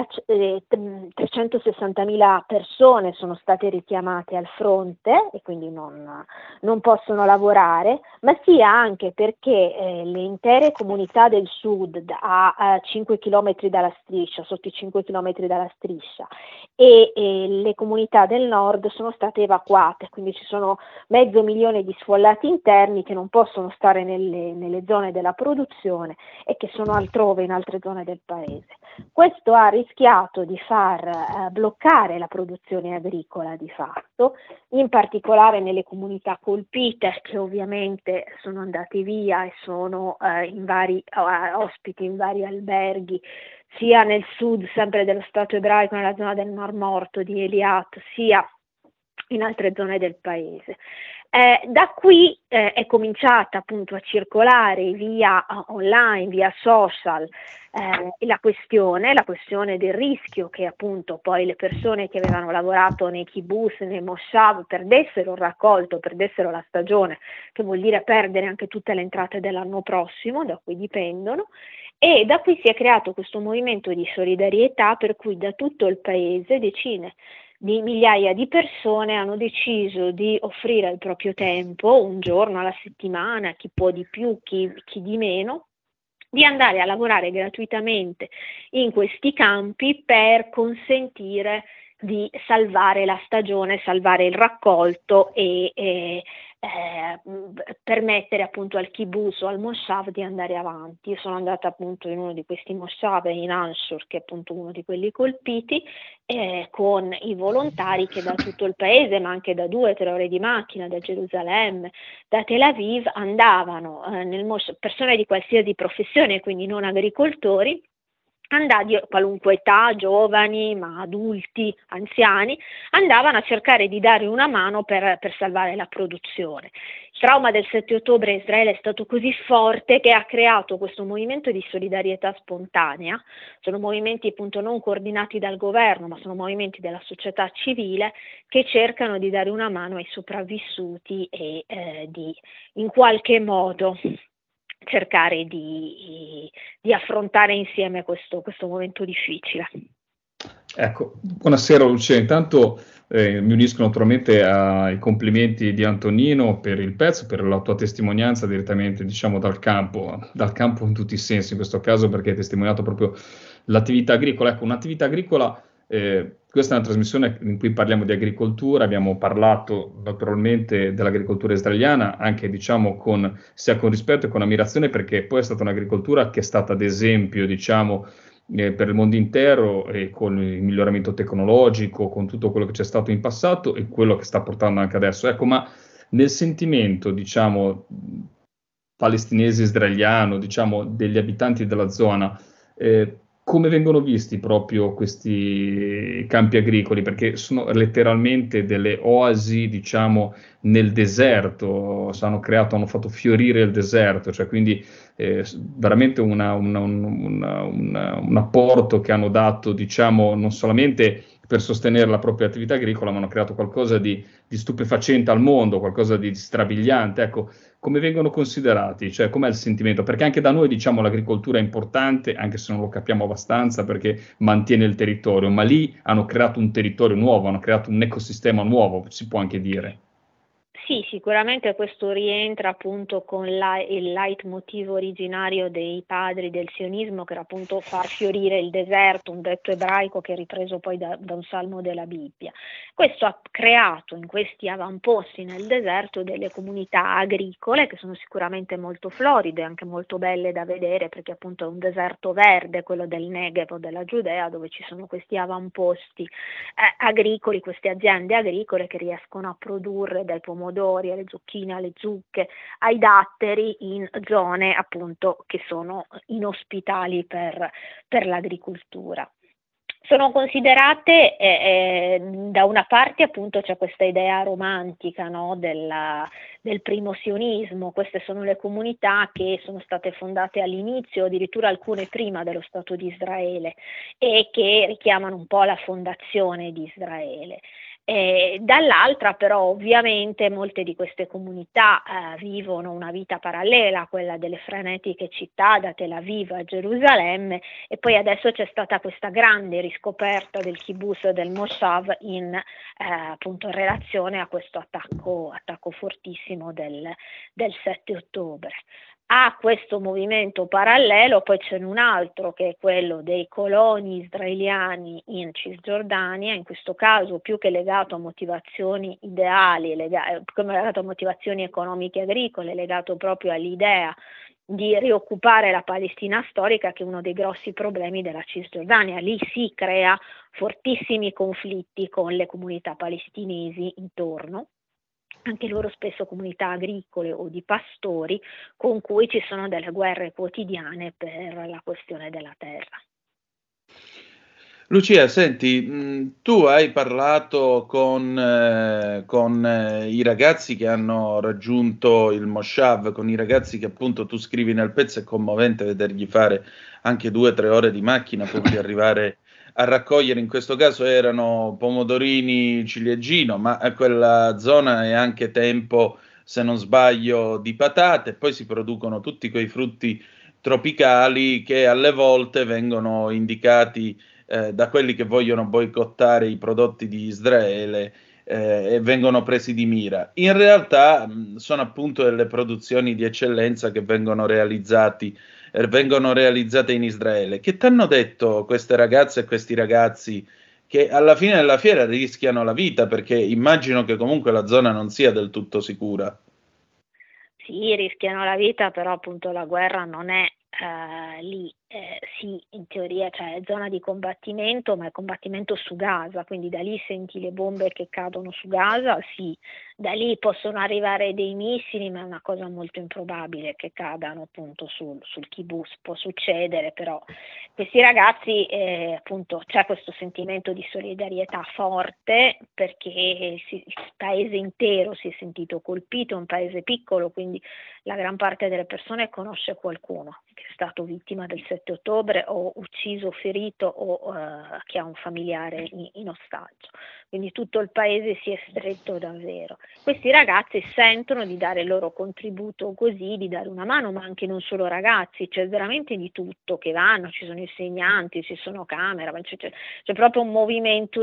360.000 persone sono state richiamate al fronte e quindi non possono lavorare, ma sia anche perché le intere comunità del sud a 5 km dalla striscia, sotto i 5 km dalla striscia, e le comunità del nord sono state evacuate, quindi ci sono 500.000 di sfollati interni che non possono stare nelle zone della produzione e che sono altrove, in altre zone del paese. Questo ha rischiato di far bloccare la produzione agricola di fatto, in particolare nelle comunità colpite, che ovviamente sono andate via e sono in vari ospiti in vari alberghi, sia nel sud, sempre dello Stato ebraico, nella zona del Mar Morto di Eilat, sia in altre zone del paese. Da qui è cominciata appunto a circolare via online, via social, la questione del rischio che appunto poi le persone che avevano lavorato nei kibbutz, nei moshav, perdessero il raccolto, perdessero la stagione, che vuol dire perdere anche tutte le entrate dell'anno prossimo, da cui dipendono. E da qui si è creato questo movimento di solidarietà per cui da tutto il paese decine di migliaia di persone hanno deciso di offrire il proprio tempo, un giorno alla settimana, chi può di più, chi di meno, di andare a lavorare gratuitamente in questi campi per consentire di salvare la stagione, salvare il raccolto e permettere appunto al kibbutz o al moshav di andare avanti. Io sono andata appunto in uno di questi moshav, in Anshur, che è appunto uno di quelli colpiti, con i volontari che da tutto il paese, ma anche da 2 o 3 ore di macchina, da Gerusalemme, da Tel Aviv, andavano persone di qualsiasi professione, quindi non agricoltori, di qualunque età, giovani, ma adulti, anziani, andavano a cercare di dare una mano per salvare la produzione. Il trauma del 7 ottobre in Israele è stato così forte che ha creato questo movimento di solidarietà spontanea. Sono movimenti appunto non coordinati dal governo, ma sono movimenti della società civile che cercano di dare una mano ai sopravvissuti e di in qualche modo cercare di affrontare insieme questo momento difficile. Ecco, buonasera Lucia, intanto mi unisco naturalmente ai complimenti di Antonino per il pezzo, per la tua testimonianza direttamente, diciamo, dal campo in tutti i sensi, in questo caso perché hai testimoniato proprio l'attività agricola. Ecco, un'attività agricola, questa è una trasmissione in cui parliamo di agricoltura, abbiamo parlato naturalmente dell'agricoltura israeliana, anche diciamo sia con rispetto e con ammirazione, perché poi è stata un'agricoltura che è stata ad esempio, diciamo, per il mondo intero, e con il miglioramento tecnologico, con tutto quello che c'è stato in passato e quello che sta portando anche adesso. Ecco, ma nel sentimento, diciamo, palestinese israeliano, diciamo, degli abitanti della zona, come vengono visti proprio questi campi agricoli? Perché sono letteralmente delle oasi, diciamo, nel deserto, hanno fatto fiorire il deserto, cioè quindi veramente un apporto che hanno dato, diciamo, non solamente per sostenere la propria attività agricola, ma hanno creato qualcosa di stupefacente al mondo, qualcosa di strabiliante. Ecco, come vengono considerati? Cioè, com'è il sentimento? Perché anche da noi, diciamo, l'agricoltura è importante, anche se non lo capiamo abbastanza, perché mantiene il territorio, ma lì hanno creato un territorio nuovo, hanno creato un ecosistema nuovo, si può anche dire. Sì, sicuramente questo rientra appunto con il leitmotiv originario dei padri del sionismo, che era appunto far fiorire il deserto, un detto ebraico che è ripreso poi da un salmo della Bibbia. Questo ha creato in questi avamposti nel deserto delle comunità agricole che sono sicuramente molto floride, anche molto belle da vedere, perché appunto è un deserto verde, quello del Negev o della Giudea, dove ci sono questi avamposti agricoli, queste aziende agricole che riescono a produrre dai pomodori alle zucchine, alle zucche, ai datteri in zone appunto che sono inospitali per l'agricoltura. Sono considerate, da una parte appunto c'è questa idea romantica, no, del primo sionismo. Queste sono le comunità che sono state fondate all'inizio, addirittura alcune prima dello Stato di Israele, e che richiamano un po' la fondazione di Israele. Dall'altra però ovviamente molte di queste comunità vivono una vita parallela a quella delle frenetiche città da Tel Aviv a Gerusalemme, e poi adesso c'è stata questa grande riscoperta del kibbutz del Moshav appunto in relazione a questo attacco fortissimo del 7 ottobre. A questo movimento parallelo poi c'è un altro, che è quello dei coloni israeliani in Cisgiordania, in questo caso più che legato a motivazioni ideali, come legato a motivazioni economiche e agricole, legato proprio all'idea di rioccupare la Palestina storica, che è uno dei grossi problemi della Cisgiordania. Lì si crea fortissimi conflitti con le comunità palestinesi intorno, anche loro spesso comunità agricole o di pastori, con cui ci sono delle guerre quotidiane per la questione della terra. Lucia, senti, tu hai parlato con i ragazzi che hanno raggiunto il Moshav, con i ragazzi che appunto tu scrivi nel pezzo, è commovente vedergli fare anche 2 o 3 ore di macchina pur di arrivare a raccogliere. In questo caso erano pomodorini ciliegino, ma a quella zona è anche tempo, se non sbaglio, di patate. Poi si producono tutti quei frutti tropicali che alle volte vengono indicati da quelli che vogliono boicottare i prodotti di Israele e vengono presi di mira. In realtà sono appunto delle produzioni di eccellenza che vengono realizzate in Israele. Che ti hanno detto queste ragazze e questi ragazzi che alla fine della fiera rischiano la vita, perché immagino che comunque la zona non sia del tutto sicura? Sì, rischiano la vita, però appunto la guerra non è lì, sì, in teoria c'è zona di combattimento, ma è combattimento su Gaza, quindi da lì senti le bombe che cadono su Gaza, sì, da lì possono arrivare dei missili, ma è una cosa molto improbabile che cadano appunto sul kibbutz. Può succedere, però questi ragazzi appunto c'è questo sentimento di solidarietà forte, perché il paese intero si è sentito colpito, è un paese piccolo, quindi la gran parte delle persone conosce qualcuno che è stato vittima del 7 ottobre o ucciso, ferito o che ha un familiare in ostaggio. Quindi tutto il paese si è stretto davvero. Questi ragazzi sentono di dare il loro contributo così, di dare una mano, ma anche non solo ragazzi, c'è veramente di tutto che vanno, ci sono insegnanti, ci sono camere, c'è proprio un movimento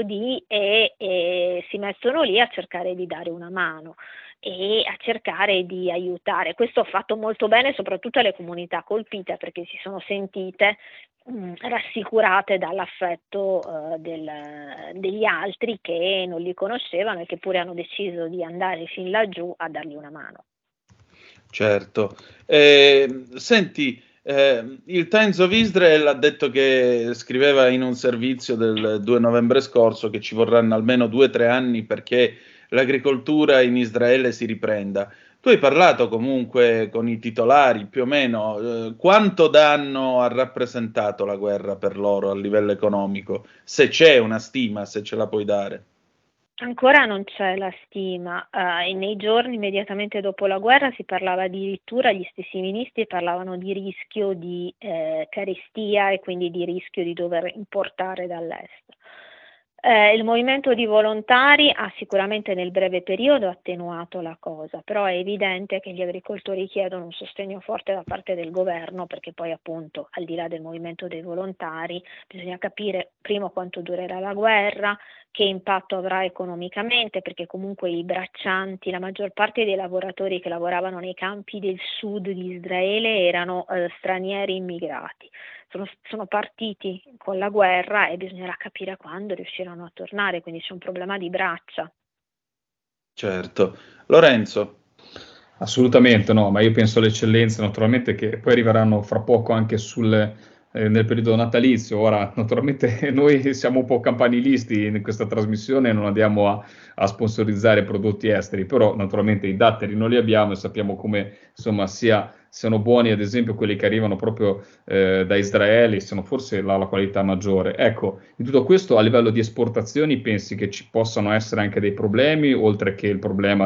e si mettono lì a cercare di dare una mano e a cercare di aiutare. Questo ha fatto molto bene soprattutto alle comunità colpite, perché si sono sentite rassicurate dall'affetto degli altri che non li conoscevano e che pure hanno deciso di andare fin laggiù a dargli una mano. Certo. Senti, il Times of Israel ha detto che scriveva in un servizio del 2 novembre scorso che ci vorranno almeno 2 o 3 anni perché l'agricoltura in Israele si riprenda. Tu hai parlato comunque con i titolari, più o meno, quanto danno ha rappresentato la guerra per loro a livello economico? Se c'è una stima, se ce la puoi dare. Ancora non c'è la stima, e nei giorni immediatamente dopo la guerra si parlava addirittura, gli stessi ministri parlavano di rischio di carestia e quindi di rischio di dover importare dall'est. Il movimento di volontari ha sicuramente nel breve periodo attenuato la cosa, però è evidente che gli agricoltori chiedono un sostegno forte da parte del governo, perché poi appunto al di là del movimento dei volontari bisogna capire prima quanto durerà la guerra, che impatto avrà economicamente, perché comunque i braccianti, la maggior parte dei lavoratori che lavoravano nei campi del sud di Israele erano stranieri immigrati. Sono partiti con la guerra e bisognerà capire quando riusciranno a tornare, quindi c'è un problema di braccia. Certo. Lorenzo? Assolutamente no, ma io penso alle eccellenze naturalmente che poi arriveranno fra poco anche nel periodo natalizio. Ora naturalmente noi siamo un po' campanilisti in questa trasmissione e non andiamo a sponsorizzare prodotti esteri, però naturalmente i datteri non li abbiamo e sappiamo come insomma siano buoni, ad esempio quelli che arrivano proprio da Israele, sono forse la qualità maggiore. Ecco, in tutto questo a livello di esportazioni pensi che ci possano essere anche dei problemi, oltre che il problema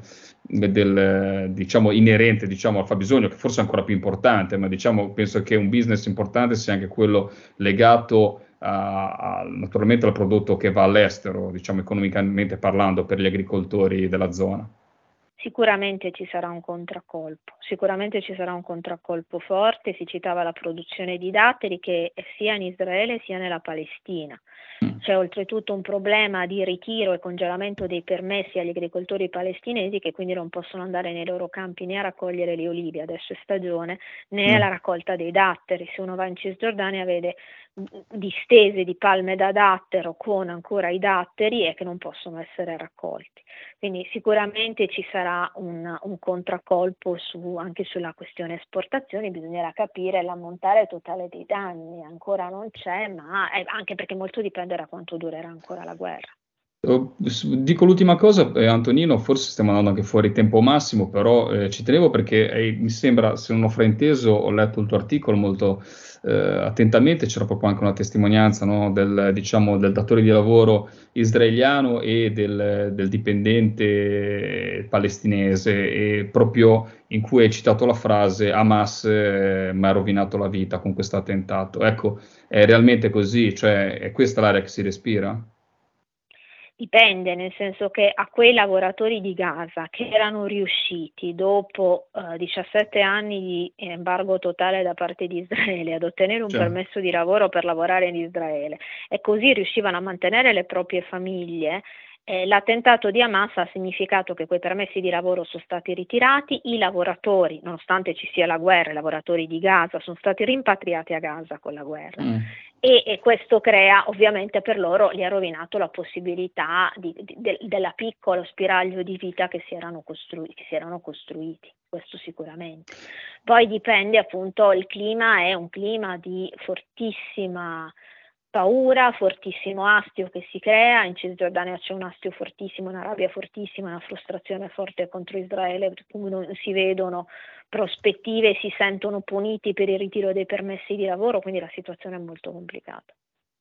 diciamo inerente al fabbisogno, che forse è ancora più importante, ma diciamo penso che un business importante sia anche quello legato naturalmente al prodotto che va all'estero, diciamo economicamente parlando, per gli agricoltori della zona? Sicuramente ci sarà un contraccolpo forte. Si citava la produzione di datteri che sia in Israele sia nella Palestina. C'è oltretutto un problema di ritiro e congelamento dei permessi agli agricoltori palestinesi, che quindi non possono andare nei loro campi né a raccogliere le olive, adesso è stagione, né alla raccolta dei datteri. Se uno va in Cisgiordania vede distese di palme da dattero con ancora i datteri e che non possono essere raccolti. Quindi sicuramente ci sarà un contraccolpo anche sulla questione esportazioni. Bisognerà capire l'ammontare totale dei danni, ancora non c'è, ma anche perché molto dipende da quanto durerà ancora la guerra. Dico l'ultima cosa, Antonino, forse stiamo andando anche fuori tempo massimo, però ci tenevo perché mi sembra, se non ho frainteso, ho letto il tuo articolo molto attentamente, c'era proprio anche una testimonianza, no, del datore di lavoro israeliano e del dipendente palestinese, e proprio in cui hai citato la frase Hamas mi ha rovinato la vita con questo attentato. Ecco, è realmente così? Cioè, è questa l'area che si respira? Dipende, nel senso che a quei lavoratori di Gaza che erano riusciti dopo 17 anni di embargo totale da parte di Israele ad ottenere un permesso di lavoro per lavorare in Israele e così riuscivano a mantenere le proprie famiglie, l'attentato di Hamas ha significato che quei permessi di lavoro sono stati ritirati, i lavoratori, nonostante ci sia la guerra, i lavoratori di Gaza sono stati rimpatriati a Gaza con la guerra. E questo crea, ovviamente per loro, gli ha rovinato la possibilità della piccola spiraglio di vita che si erano costruiti, questo sicuramente. Poi dipende, appunto, il clima è un clima di fortissima paura, fortissimo astio che si crea. In Cisgiordania c'è un astio fortissimo, una rabbia fortissima, una frustrazione forte contro Israele, per cui non si vedono prospettive, si sentono puniti per il ritiro dei permessi di lavoro, quindi la situazione è molto complicata.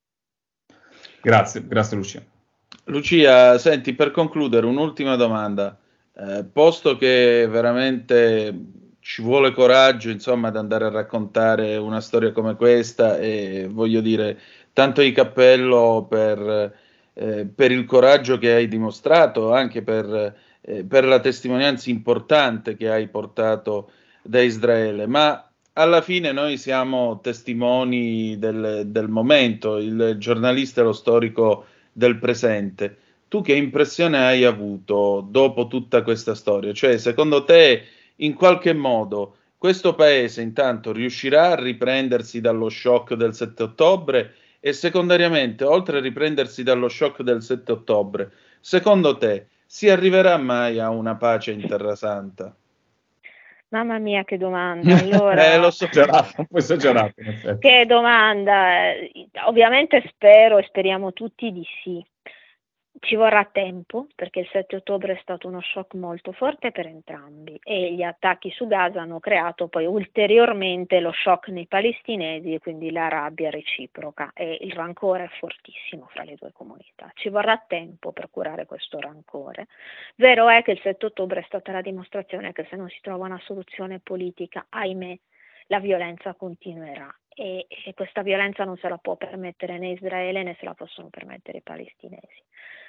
Grazie Lucia. Lucia, senti, per concludere un'ultima domanda, posto che veramente ci vuole coraggio, insomma, ad andare a raccontare una storia come questa, e voglio dire, tanto di cappello per il coraggio che hai dimostrato, anche per la testimonianza importante che hai portato da Israele, ma alla fine noi siamo testimoni del momento, il giornalista è lo storico del presente. Tu che impressione hai avuto dopo tutta questa storia? Cioè, secondo te, in qualche modo, questo paese intanto riuscirà a riprendersi dallo shock del 7 ottobre e secondariamente, oltre a riprendersi dallo shock del 7 ottobre, secondo te si arriverà mai a una pace in Terra Santa? Mamma mia, che domanda! Allora, lo so, un po' esagerato, in effetti. Che domanda! Ovviamente spero e speriamo tutti di sì. Ci vorrà tempo, perché il 7 ottobre è stato uno shock molto forte per entrambi e gli attacchi su Gaza hanno creato poi ulteriormente lo shock nei palestinesi e quindi la rabbia reciproca, e il rancore è fortissimo fra le due comunità. Ci vorrà tempo per curare questo rancore. Vero è che il 7 ottobre è stata la dimostrazione che se non si trova una soluzione politica, ahimè, la violenza continuerà. E questa violenza non se la può permettere né Israele né se la possono permettere i palestinesi.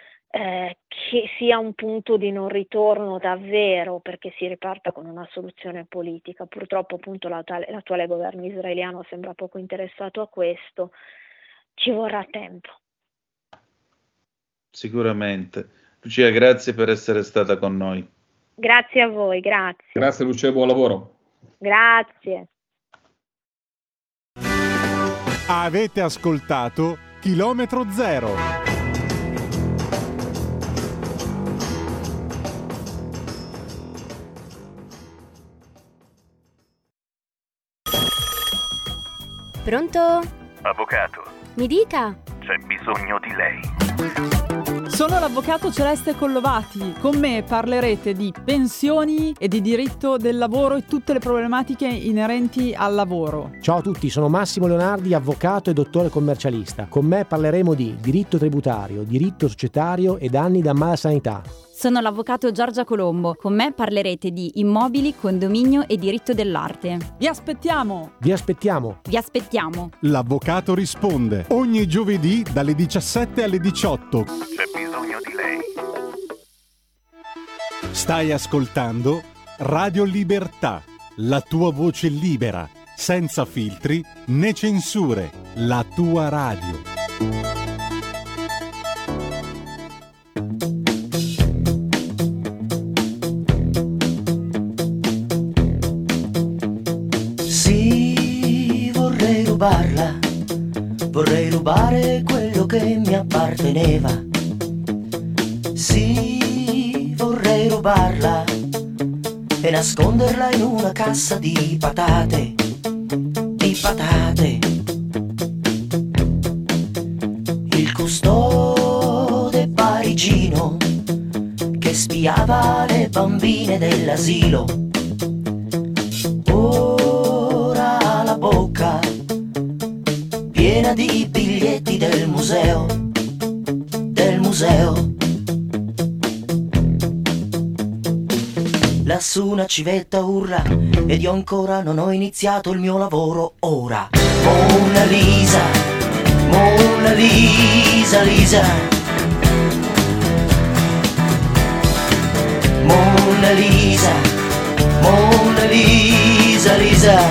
Che sia un punto di non ritorno davvero perché si riparta con una soluzione politica. Purtroppo appunto l'attuale governo israeliano sembra poco interessato a questo. Ci vorrà tempo. Sicuramente. Lucia, grazie per essere stata con noi. Grazie a voi, grazie. Grazie Lucia e buon lavoro. Grazie. Avete ascoltato Chilometro Zero. Pronto? Avvocato, Mi dica. c'è bisogno di lei. Sono l'avvocato Celeste Collovati. Con me parlerete di pensioni e di diritto del lavoro e tutte le problematiche inerenti al lavoro. Ciao a tutti, sono Massimo Leonardi, avvocato e dottore commercialista. Con me parleremo di diritto tributario, diritto societario e danni da malasanità. Sono l'avvocato Giorgia Colombo. Con me parlerete di immobili, condominio e diritto dell'arte. Vi aspettiamo! Vi aspettiamo! Vi aspettiamo! L'avvocato risponde ogni giovedì dalle 17 alle 18. C'è bisogno di lei. Stai ascoltando Radio Libertà, la tua voce libera, senza filtri né censure, la tua radio. Sì, vorrei rubarla, vorrei rubare quello che mi apparteneva. Sì, vorrei rubarla e nasconderla in una cassa di patate, di patate. Il custode parigino che spiava le bambine dell'asilo, ora ha la bocca piena di biglietti del museo, del museo. Lassù una civetta urla ed io ancora non ho iniziato il mio lavoro ora. Mona Lisa, Mona Lisa, Lisa. Mona Lisa, Mona Lisa, Lisa.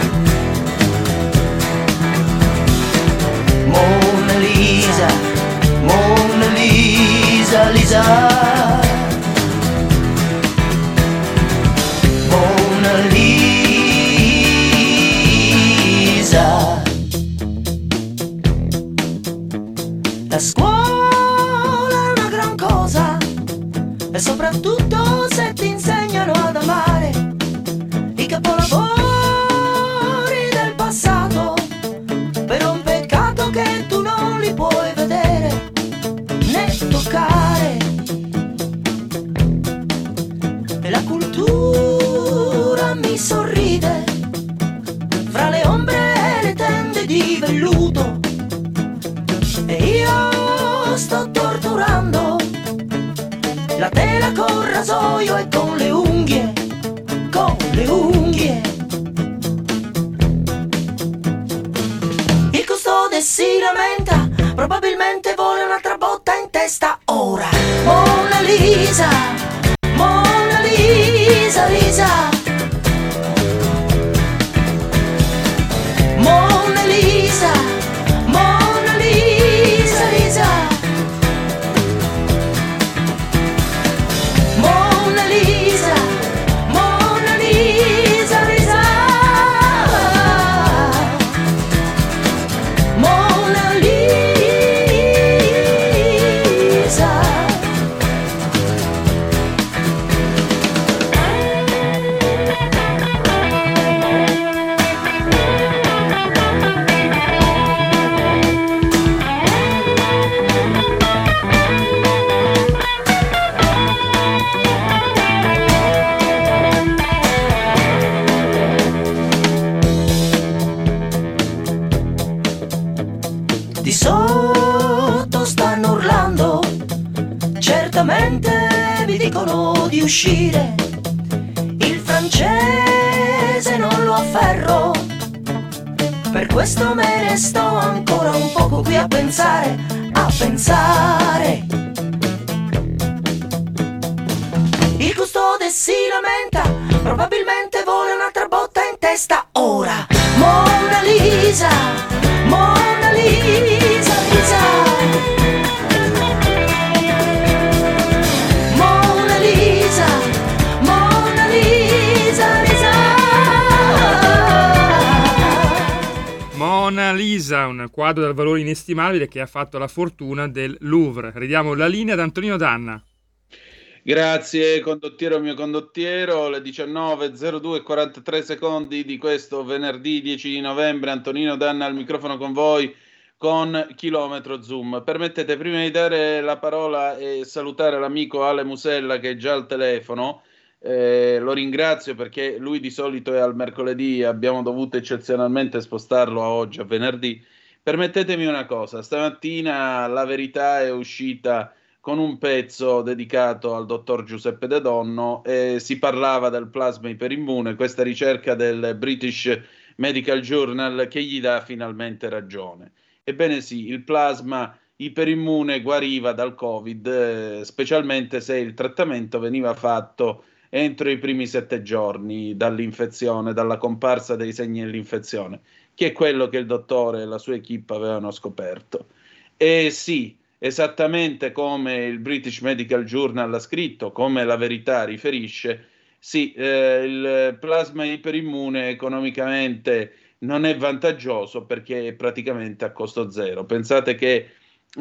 Mona Lisa, Mona Lisa, Lisa. Mona Lisa. La scuola è una gran cosa e soprattutto se ti insegnano ad amare i capolavori del passato, però è un peccato che tu non li puoi vedere né toccare. E la cultura mi sorride fra le ombre e le tende di velluto e io sto torturando la tela col rasoio e con le unghie, con le unghie. Il custode si lamenta, probabilmente vuole un'altra botta in testa ora. Mona Lisa, Mona Lisa, Lisa. Mona Lisa, Mona Lisa, Lisa. Mona Lisa, Mona Lisa, Lisa. Mona Lisa. Di sotto stanno urlando, certamente mi dicono di uscire. Il francese non lo afferro, per questo me ne sto ancora un poco qui a pensare, a pensare. Il custode si lamenta, probabilmente vuole un'altra botta in testa ora. Mona Lisa, Mona Lisa, Lisa. Mona Lisa, Mona Lisa, Lisa. Mona Lisa, un quadro dal valore inestimabile che ha fatto la fortuna del Louvre. Ridiamo la linea ad Antonino Danna. Grazie condottiero mio condottiero, le 19:02:43 secondi di questo venerdì 10 di novembre, Antonino Danna al microfono con voi con Chilometro Zoom. Permettete prima di dare la parola e salutare l'amico Ale Musella che è già al telefono, lo ringrazio perché lui di solito è al mercoledì, abbiamo dovuto eccezionalmente spostarlo a oggi, a venerdì. Permettetemi una cosa, stamattina La Verità è uscita con un pezzo dedicato al dottor Giuseppe De Donno, e si parlava del plasma iperimmune, questa ricerca del British Medical Journal che gli dà finalmente ragione. Ebbene sì, il plasma iperimmune guariva dal Covid, specialmente se il trattamento veniva fatto entro i primi 7 giorni dall'infezione, dalla comparsa dei segni dell'infezione, che è quello che il dottore e la sua equipe avevano scoperto. E sì, esattamente come il British Medical Journal ha scritto, come la Verità riferisce, sì, il plasma iperimmune economicamente non è vantaggioso perché è praticamente a costo zero. Pensate che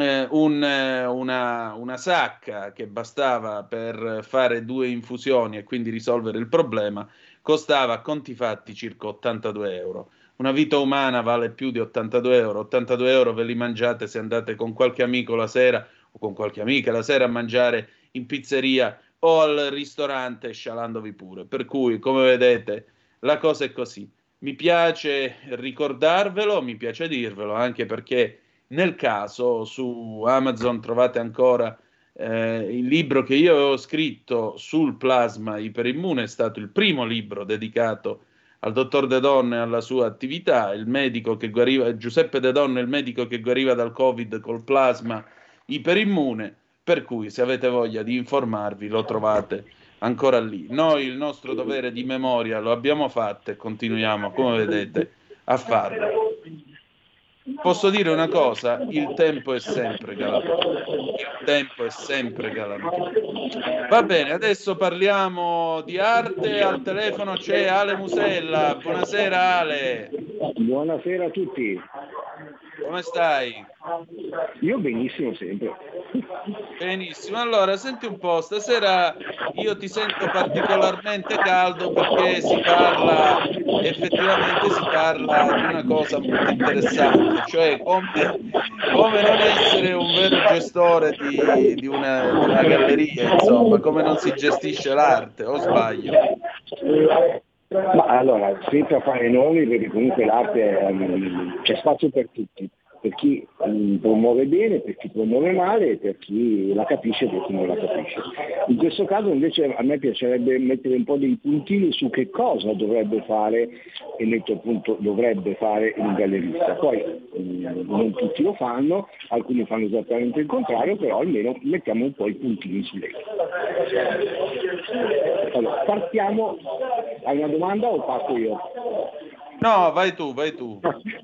una sacca che bastava per fare 2 infusioni e quindi risolvere il problema costava a conti fatti circa 82 euro. Una vita umana vale più di 82 euro. 82 euro ve li mangiate se andate con qualche amico la sera o con qualche amica la sera a mangiare in pizzeria o al ristorante, scialandovi pure. Per cui, come vedete, la cosa è così. Mi piace ricordarvelo, mi piace dirvelo, anche perché nel caso su Amazon trovate ancora il libro che io avevo scritto sul plasma iperimmune, è stato il primo libro dedicato al dottor De Donno e alla sua attività. Il medico che guariva, Giuseppe De Donno, è il medico che guariva dal Covid col plasma iperimmune, per cui se avete voglia di informarvi lo trovate ancora lì. Noi il nostro dovere di memoria lo abbiamo fatto e continuiamo, come vedete, a farlo. Posso dire una cosa? Il tempo è sempre galantuomo. Il tempo è sempre galantuomo. Va bene, adesso parliamo di arte. Al telefono c'è Ale Musella. Buonasera Ale. Buonasera a tutti. Come stai? Io benissimo sempre. Benissimo, allora senti un po', stasera io ti sento particolarmente caldo perché effettivamente si parla di una cosa molto interessante, cioè come non essere un vero gestore di una galleria, insomma, come non si gestisce l'arte, o sbaglio? Ma allora, senza fare nomi, perché comunque l'arte c'è spazio per tutti. Per chi promuove bene, per chi promuove male, per chi la capisce e per chi non la capisce. In questo caso invece a me piacerebbe mettere un po' dei puntini su che cosa dovrebbe fare, e metto appunto dovrebbe fare un gallerista. Poi non tutti lo fanno, alcuni fanno esattamente il contrario, però almeno mettiamo un po' i puntini su lei. Allora, partiamo, hai una domanda o parto io? No, vai tu, vai tu.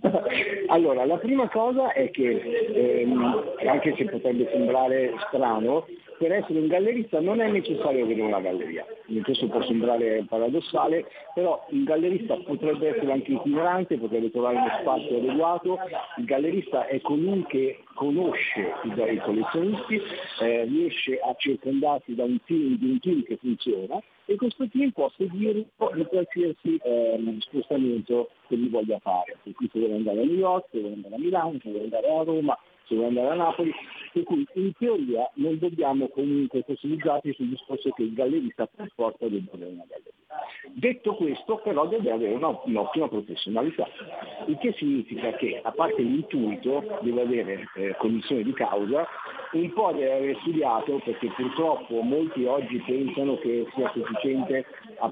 Allora, la prima cosa è che, anche se potrebbe sembrare strano, per essere un gallerista non è necessario avere una galleria. Questo può sembrare paradossale, però il gallerista potrebbe essere anche itinerante, potrebbe trovare uno spazio adeguato. Il gallerista è colui che conosce i collezionisti, riesce a circondarsi da un team che funziona, e questo team può seguire in qualsiasi spostamento che gli voglia fare. Per cui se vuole andare a New York, se vuole andare a Milano, se vuole andare a Roma, se vuole andare a Napoli, per cui in teoria non dobbiamo comunque fossilizzarci sul discorso che il gallerista per forza deve avere una galleria. Detto questo, però deve avere un'ottima professionalità, il che significa che, a parte l'intuito, deve avere cognizione di causa, un po' deve aver studiato, perché purtroppo molti oggi pensano che sia sufficiente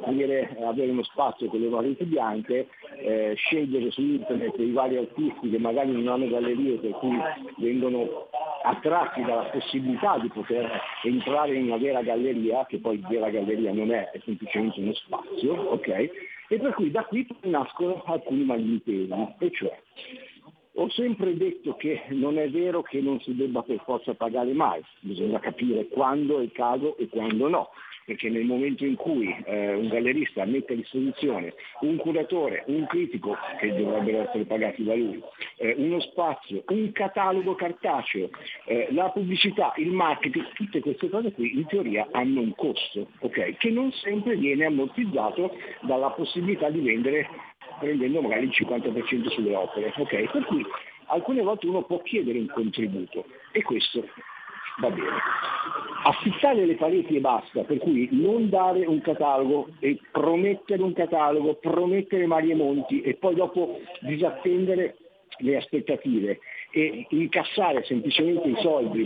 avere uno spazio con le pareti bianche, scegliere su internet i vari artisti che magari non hanno gallerie, per cui vengono attratti dalla possibilità di poter entrare in una vera galleria, che poi vera galleria non è semplicemente uno spazio, ok? E per cui da qui nascono alcuni malintesi, e cioè ho sempre detto che non è vero che non si debba per forza pagare mai, bisogna capire quando è il caso e quando no, perché nel momento in cui un gallerista mette a disposizione un curatore, un critico, che dovrebbero essere pagati da lui, uno spazio, un catalogo cartaceo, la pubblicità, il marketing, tutte queste cose qui in teoria hanno un costo, ok? Che non sempre viene ammortizzato dalla possibilità di vendere prendendo magari il 50% sulle opere, ok? Per cui alcune volte uno può chiedere un contributo e questo va bene. Affittare le pareti e basta, per cui non dare un catalogo e promettere un catalogo, promettere mari e monti e poi dopo disattendere le aspettative e incassare semplicemente i soldi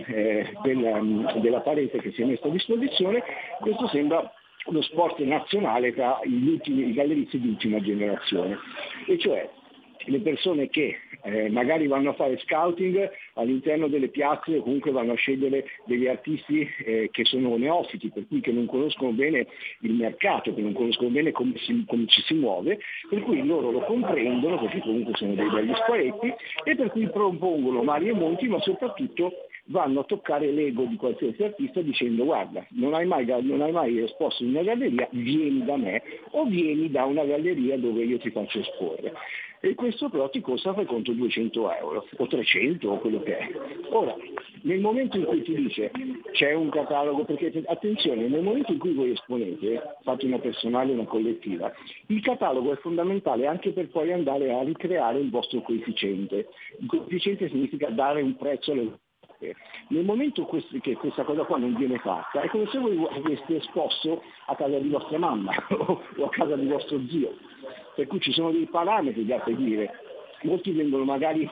della parete che si è messa a disposizione, questo sembra lo sport nazionale tra i galleristi di ultima generazione, e cioè le persone che magari vanno a fare scouting all'interno delle piazze o comunque vanno a scegliere degli artisti che sono neofiti, per cui che non conoscono bene il mercato, che non conoscono bene come ci si muove, per cui loro lo comprendono, perché comunque sono dei belli sparetti, e per cui propongono mari e monti, ma soprattutto vanno a toccare l'ego di qualsiasi artista dicendo: guarda, non hai mai esposto in una galleria, vieni da me o vieni da una galleria dove io ti faccio esporre. E questo però ti costa, fai conto, 200 euro o 300 o quello che è. Ora, nel momento in cui ti dice c'è un catalogo, perché attenzione, nel momento in cui voi esponete, fate una personale o una collettiva, il catalogo è fondamentale anche per poi andare a ricreare il vostro coefficiente. Il coefficiente significa dare un prezzo alle. Nel momento che questa cosa qua non viene fatta, è come se voi aveste esposto a casa di vostra mamma o a casa di vostro zio, per cui ci sono dei parametri da seguire. Molti vengono magari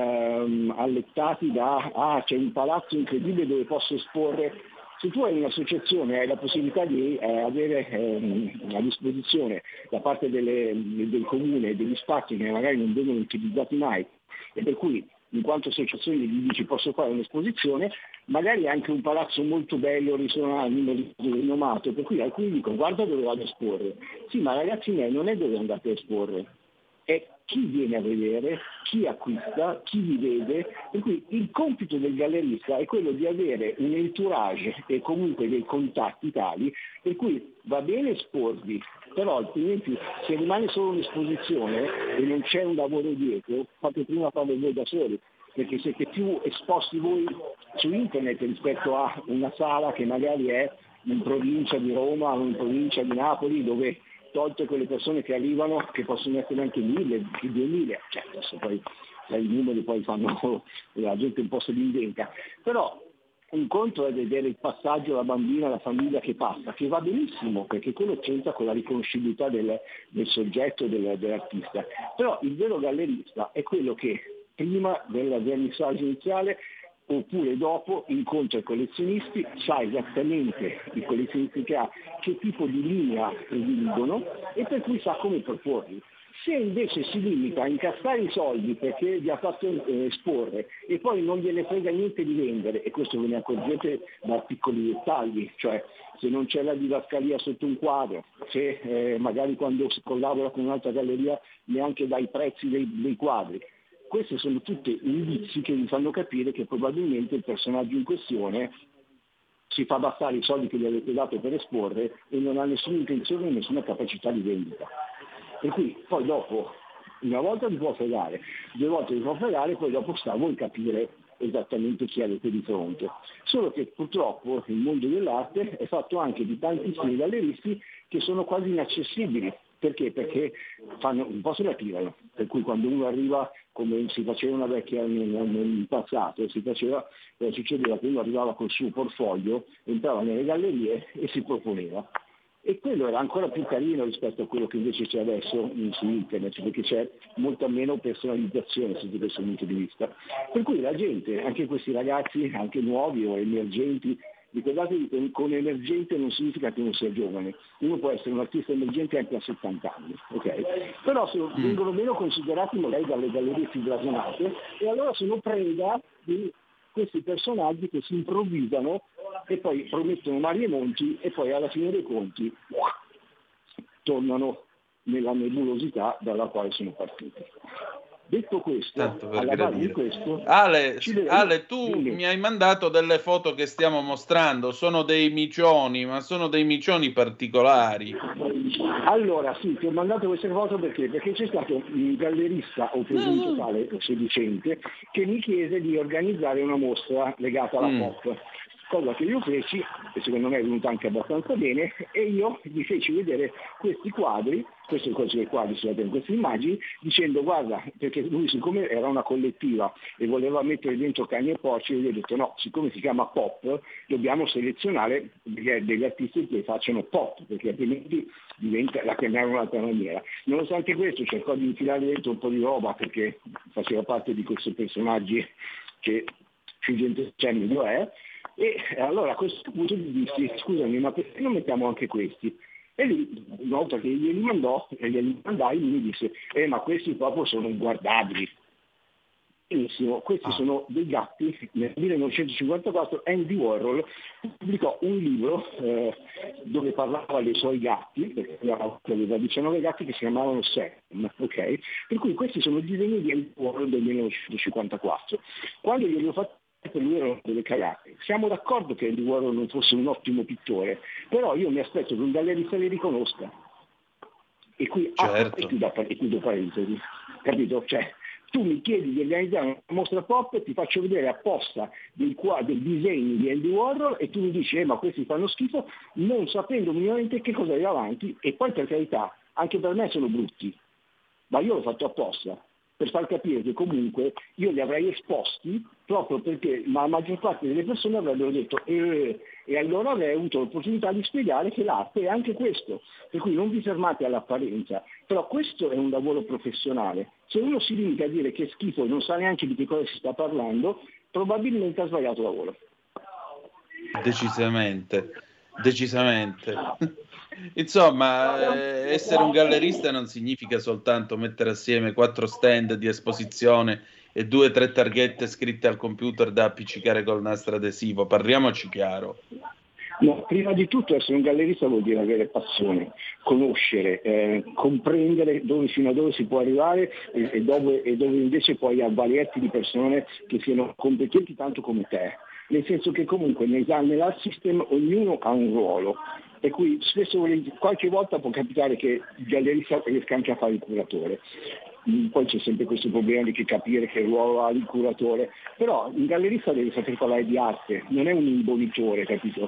allettati da c'è un palazzo incredibile dove posso esporre. Se tu hai un'associazione, hai la possibilità di avere a disposizione da parte del comune degli spazi che magari non vengono utilizzati mai, e per cui in quanto associazione gli dici posso fare un'esposizione, magari anche un palazzo molto bello, rinomato, per cui alcuni dicono: guarda dove vado a esporre. Sì, ma ragazzi miei, non è dove andate a esporre, è chi viene a vedere, chi acquista, chi vi vede, per cui il compito del gallerista è quello di avere un entourage e comunque dei contatti tali per cui va bene esporvi, però altrimenti se rimane solo un'esposizione e non c'è un lavoro dietro, fate prima farlo voi da soli, perché siete più esposti voi su internet rispetto a una sala che magari è in provincia di Roma o in provincia di Napoli, dove tolte quelle persone che arrivano, che possono essere anche 1000, 2000, cioè adesso poi i numeri poi fanno la gente un po' se li inventa, però un conto è vedere il passaggio, la bambina, la famiglia che passa, che va benissimo, perché quello c'entra con la riconoscibilità del soggetto, dell'artista, però il vero gallerista è quello che prima del vernissaggio iniziale oppure dopo incontra i collezionisti, sa esattamente i collezionisti che ha, che tipo di linea prediligono e per cui sa come proporli. Se invece si limita a incassare i soldi perché vi ha fatto esporre e poi non gliene frega niente di vendere, e questo ve ne accorgete da piccoli dettagli, cioè se non c'è la didascalia sotto un quadro, se magari quando si collabora con un'altra galleria neanche dai prezzi dei quadri. Questi sono tutti indizi che vi fanno capire che probabilmente il personaggio in questione si fa bastare i soldi che gli avete dato per esporre e non ha nessuna intenzione e nessuna capacità di vendita. Per cui poi dopo, una volta vi può fregare, 2 volte vi può fregare, poi dopo sta a voi capire esattamente chi avete di fronte. Solo che purtroppo il mondo dell'arte è fatto anche di tantissimi galleristi che sono quasi inaccessibili. Perché? Perché un po' se la tirano, per cui quando uno arriva, come si faceva una vecchia nel passato, succedeva che uno arrivava col suo portfolio, entrava nelle gallerie e si proponeva. E quello era ancora più carino rispetto a quello che invece c'è adesso su internet, perché c'è molta meno personalizzazione sotto questo punto di vista. Per cui la gente, anche questi ragazzi, anche nuovi o emergenti, ricordatevi che con emergente non significa che uno sia giovane, uno può essere un artista emergente anche a 70 anni, ok? Però vengono meno considerati magari dalle gallerie più blasonate e allora sono preda di questi personaggi che si improvvisano e poi promettono mari e monti e poi alla fine dei conti tornano nella nebulosità dalla quale sono partiti. Detto questo, alla base di questo, Ale, tu mi hai mandato delle foto che stiamo mostrando, sono dei micioni, ma sono dei micioni particolari. Allora, sì, ti ho mandato queste foto perché c'è stato un gallerista o presunto tale sedicente che mi chiese di organizzare una mostra legata alla pop. cosa che io feci, e secondo me è venuta anche abbastanza bene, e io gli feci vedere questi quadri, questo è il codice dei quadri, si vede in queste immagini, dicendo guarda, perché lui siccome era una collettiva e voleva mettere dentro cani e porci, gli ho detto no, siccome si chiama pop, dobbiamo selezionare degli artisti che facciano pop, perché altrimenti la chiamiamo in un'altra maniera. Nonostante questo cercò di infilare dentro un po' di roba, perché faceva parte di questi personaggi che più gente c'è meglio è, e allora a questo punto gli dissi scusami, ma perché non mettiamo anche questi? E lui, una volta che glieli mandai, mi disse ma questi proprio sono inguardabili. Benissimo, questi sono dei gatti. Nel 1954 Andy Warhol pubblicò un libro dove parlava dei suoi gatti, perché aveva 19 gatti che si chiamavano Sam, ok? Per cui questi sono i disegni di Andy Warhol del 1954. Quando glieli ho fatti, per lui erano delle cagate. Siamo d'accordo che Andy Warhol non fosse un ottimo pittore, però io mi aspetto che un gallerista li riconosca. E qui certo. e chiudo parentesi, capito? Cioè, tu mi chiedi di organizzare una mostra pop e ti faccio vedere apposta dei disegni di Andy Warhol e tu mi dici ma questi fanno schifo, non sapendo minimamente che cosa hai davanti, e poi per carità, anche per me sono brutti, ma io l'ho fatto apposta, per far capire che comunque io li avrei esposti proprio perché la maggior parte delle persone avrebbero detto e allora avrei avuto l'opportunità di spiegare che l'arte è anche questo, per cui non vi fermate all'apparenza, però questo è un lavoro professionale. Se uno si limita a dire che è schifo e non sa neanche di che cosa si sta parlando, probabilmente ha sbagliato lavoro. Decisamente. Insomma, essere un gallerista non significa soltanto mettere assieme 4 stand di esposizione e 2 o 3 targhette scritte al computer da appiccicare col nastro adesivo, parliamoci chiaro. No, prima di tutto essere un gallerista vuol dire avere passione, conoscere, comprendere fino a dove si può arrivare e dove invece poi avvalerti di persone che siano competenti tanto come te. Nel senso che comunque nell'art system ognuno ha un ruolo, per cui spesso qualche volta può capitare che il gallerista riesca anche a fare il curatore. Poi c'è sempre questo problema di capire che ruolo ha il curatore, però un gallerista deve saper parlare di arte, non è un imbonitore, capito?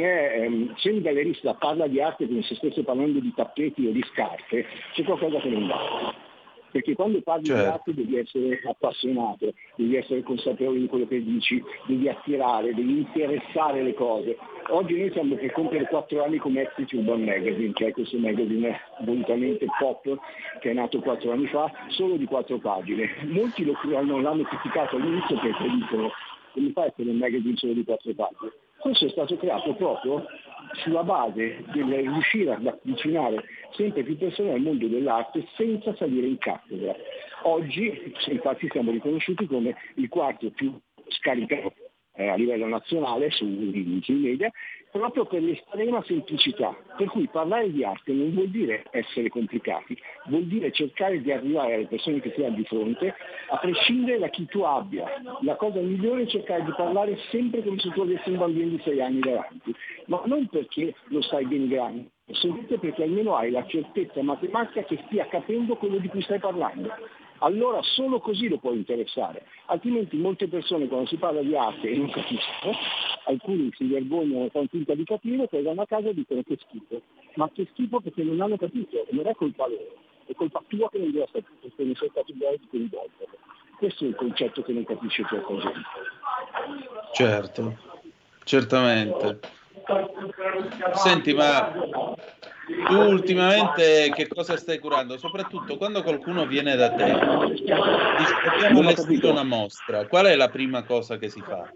Se un gallerista parla di arte come se stesse parlando di tappeti o di scarpe, c'è qualcosa che non va. Perché quando parli di arte devi essere appassionato, devi essere consapevole di quello che dici, devi attirare, devi interessare le cose. Oggi noi siamo per compiere 4 anni come Exit Urban Magazine, che è questo magazine volutamente pop che è nato 4 anni fa, solo di 4 pagine. Molti non l'hanno criticato all'inizio perché dicono come fa a essere un magazine solo di 4 pagine. Questo è stato creato proprio sulla base del riuscire ad avvicinare sempre più persone al mondo dell'arte senza salire in cattedra. Oggi infatti siamo riconosciuti come il quarto più scaricato a livello nazionale sui media, proprio per l'estrema semplicità, per cui parlare di arte non vuol dire essere complicati, vuol dire cercare di arrivare alle persone che si hanno di fronte, a prescindere da chi tu abbia. La cosa migliore è cercare di parlare sempre come se tu avessi un bambino di 6 anni davanti, ma non perché lo stai denigrando, semplicemente perché almeno hai la certezza matematica che stia capendo quello di cui stai parlando. Allora solo così lo può interessare, altrimenti molte persone quando si parla di arte e non capiscono, alcuni si vergognano, fanno finta di capire, poi vanno a casa e dicono che schifo, ma che schifo perché non hanno capito, non è colpa loro, è colpa tua che non devi sapere, perché non sei stato bravo di coinvolgere. Questo è il concetto che non capisce certa gente. Certo, certamente. Senti, ma tu ultimamente che cosa stai curando? Soprattutto quando qualcuno viene da te, dice dobbiamo allestire una mostra, qual è la prima cosa che si fa?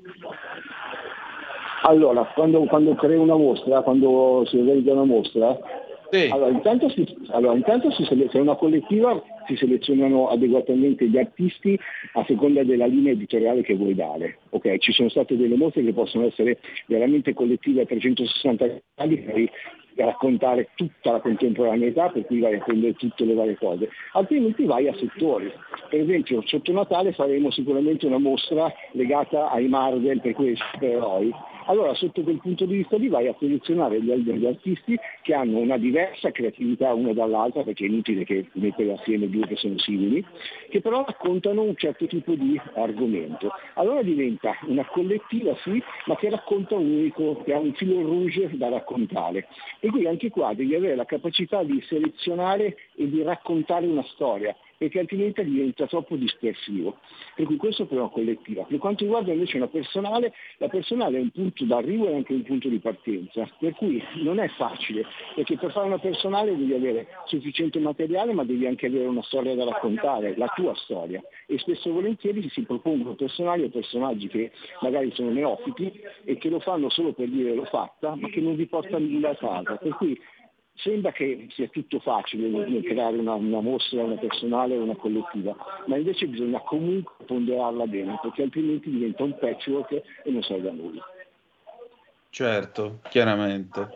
Allora, quando crei una mostra, quando si organizza una mostra, sì. Allora, intanto se è una collettiva si selezionano adeguatamente gli artisti a seconda della linea editoriale che vuoi dare. Ok, ci sono state delle mostre che possono essere veramente collettive a 360 gradi per raccontare tutta la contemporaneità, per cui vai a prendere tutte le varie cose, altrimenti vai a settori. Per esempio sotto Natale faremo sicuramente una mostra legata ai Marvel, per cui ai supereroi. Allora sotto quel punto di vista lì vai a selezionare gli artisti che hanno una diversa creatività una dall'altra, perché è inutile che mettere assieme due che sono simili, che però raccontano un certo tipo di argomento. Allora diventa una collettiva, sì, ma che racconta un unico, che ha un filo rouge da raccontare. E quindi anche qua devi avere la capacità di selezionare e di raccontare una storia, perché altrimenti diventa troppo dispersivo. Per cui questo per una collettiva. Per quanto riguarda invece una personale, la personale è un punto d'arrivo e anche un punto di partenza, per cui non è facile, perché per fare una personale devi avere sufficiente materiale, ma devi anche avere una storia da raccontare, la tua storia. E spesso e volentieri si propongono personali o personaggi che magari sono neofiti e che lo fanno solo per dire l'ho fatta, ma che non vi portano nulla a casa. Per cui sembra che sia tutto facile creare una mostra, una personale o una collettiva, ma invece bisogna comunque ponderarla bene, perché altrimenti diventa un patchwork e non serve a nulla. Certo, chiaramente.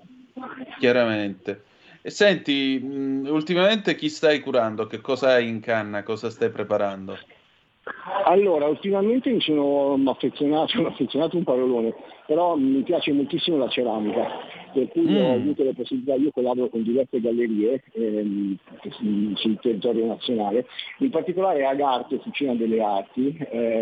E senti, ultimamente chi stai curando? Che cosa hai in canna? Cosa stai preparando? Allora, ultimamente mi sono affezionato un parolone, però mi piace moltissimo la ceramica, per cui ho avuto la possibilità, io collaboro con diverse gallerie sul territorio nazionale, in particolare Agarte, Officina delle Arti,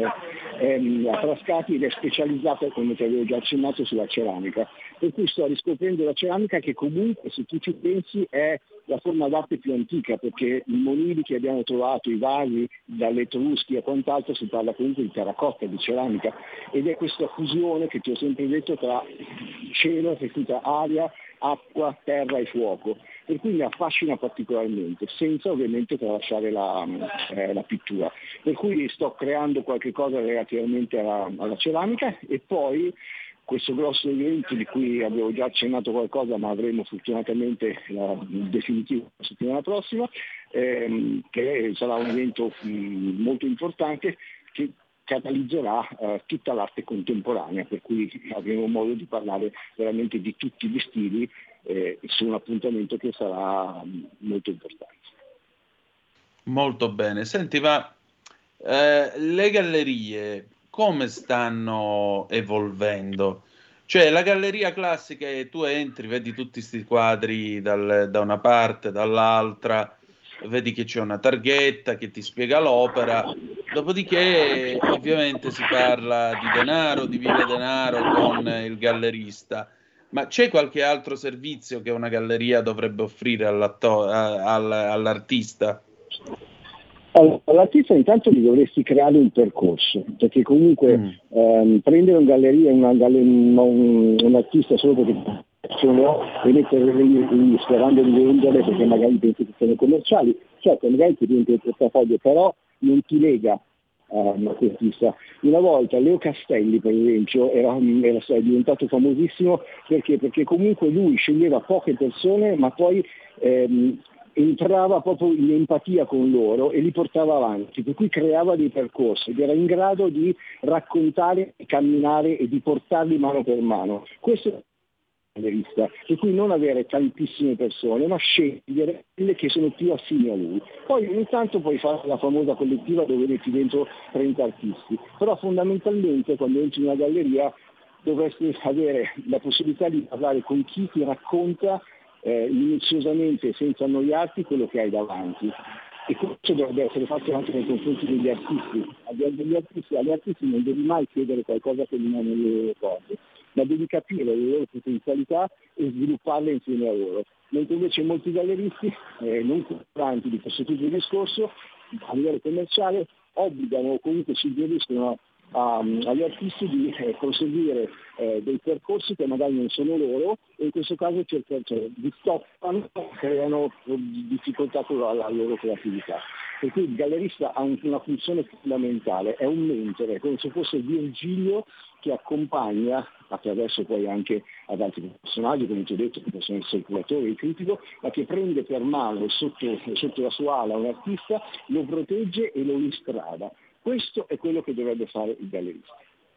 a Frascati, ed è specializzata, come ti avevo già accennato, sulla ceramica, per cui sto riscoprendo la ceramica che comunque, se tu ci pensi, è la forma d'arte più antica, perché i monili che abbiamo trovato, i vasi dalle Etruschi e quant'altro, si parla comunque di terracotta, di ceramica, ed è questa fusione che ti ho sempre detto tra cielo, che tutta aria, acqua, terra e fuoco, per cui mi affascina particolarmente, senza ovviamente tralasciare la pittura. Per cui sto creando qualche cosa relativamente alla ceramica, e poi questo grosso evento di cui avevo già accennato qualcosa, ma avremo fortunatamente il definitivo la settimana prossima, che sarà un evento molto importante che catalizzerà tutta l'arte contemporanea, per cui avremo modo di parlare veramente di tutti gli stili su un appuntamento che sarà molto importante. Molto bene. Senti, ma le gallerie come stanno evolvendo? Cioè, la galleria classica è tu entri, vedi tutti questi quadri da una parte, dall'altra, vedi che c'è una targhetta che ti spiega l'opera, dopodiché ovviamente si parla di denaro, divide denaro con il gallerista. Ma c'è qualche altro servizio che una galleria dovrebbe offrire all'artista? All'artista intanto gli dovresti creare un percorso, perché comunque prendere in galleria un artista solo perché sono e mettere lì sperando di vendere perché magari pensi che siano commerciali, certo magari ti riempie il portafoglio, però non ti lega l'artista. Una volta Leo Castelli, per esempio, era diventato famosissimo perché comunque lui sceglieva poche persone, ma poi entrava proprio in empatia con loro e li portava avanti, per cui creava dei percorsi ed era in grado di raccontare, camminare e di portarli mano per mano. Questo è il gallerista, per cui non avere tantissime persone, ma scegliere quelle che sono più affini a lui. Poi ogni tanto puoi fare la famosa collettiva dove metti dentro 30 artisti, però fondamentalmente quando entri in una galleria dovresti avere la possibilità di parlare con chi ti racconta minuziosamente, senza annoiarti, quello che hai davanti, e questo dovrebbe essere fatto anche nei confronti degli artisti. Agli artisti non devi mai chiedere qualcosa che non è nelle loro corde, ma devi capire le loro potenzialità e svilupparle insieme a loro, mentre invece molti galleristi non curanti di questo tipo di discorso a livello commerciale obbligano o comunque suggeriscono agli artisti di conseguire dei percorsi che magari non sono loro, e in questo caso di stoppano, creano difficoltà con la loro creatività. Per cui il gallerista ha una funzione fondamentale, è un mentore, è come se fosse Virgilio che accompagna, attraverso poi anche ad altri personaggi, come ti ho detto, che possono essere il curatore, il critico, ma che prende per mano sotto la sua ala un artista, lo protegge e lo instrada. Questo è quello che dovrebbe fare il gallerista.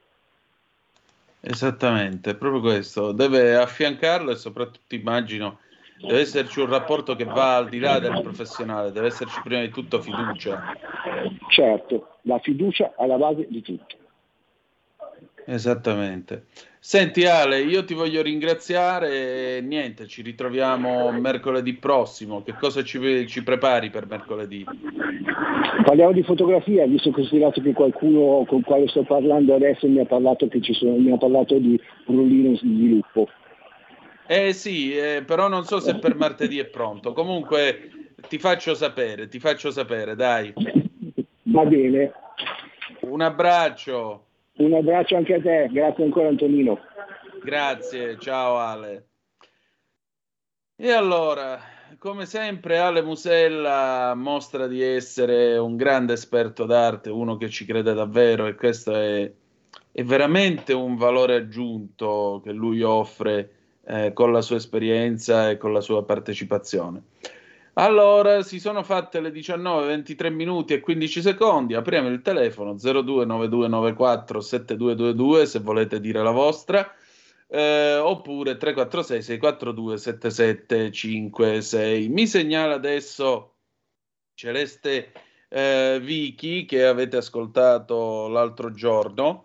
Esattamente, proprio questo. Deve affiancarlo e soprattutto immagino deve esserci un rapporto che va al di là del professionale, deve esserci prima di tutto fiducia. Certo, la fiducia alla base di tutto. Esattamente. Senti Ale, io ti voglio ringraziare e niente, ci ritroviamo mercoledì prossimo. Che cosa ci prepari per mercoledì? Parliamo di fotografia, visto che che qualcuno con quale sto parlando adesso mi ha parlato di rullino in sviluppo. Sì, però non so se per martedì è pronto. Comunque ti faccio sapere, dai. Va bene. Un abbraccio. Un abbraccio anche a te, grazie ancora Antonino. Grazie, ciao Ale. E allora, come sempre Ale Musella mostra di essere un grande esperto d'arte, uno che ci crede davvero, e questo è veramente un valore aggiunto che lui offre con la sua esperienza e con la sua partecipazione. Allora, si sono fatte le 19, 23 minuti e 15 secondi, apriamo il telefono 0292947222 se volete dire la vostra, oppure 346 642 7756. Mi segnala adesso Celeste Vichi, che avete ascoltato l'altro giorno,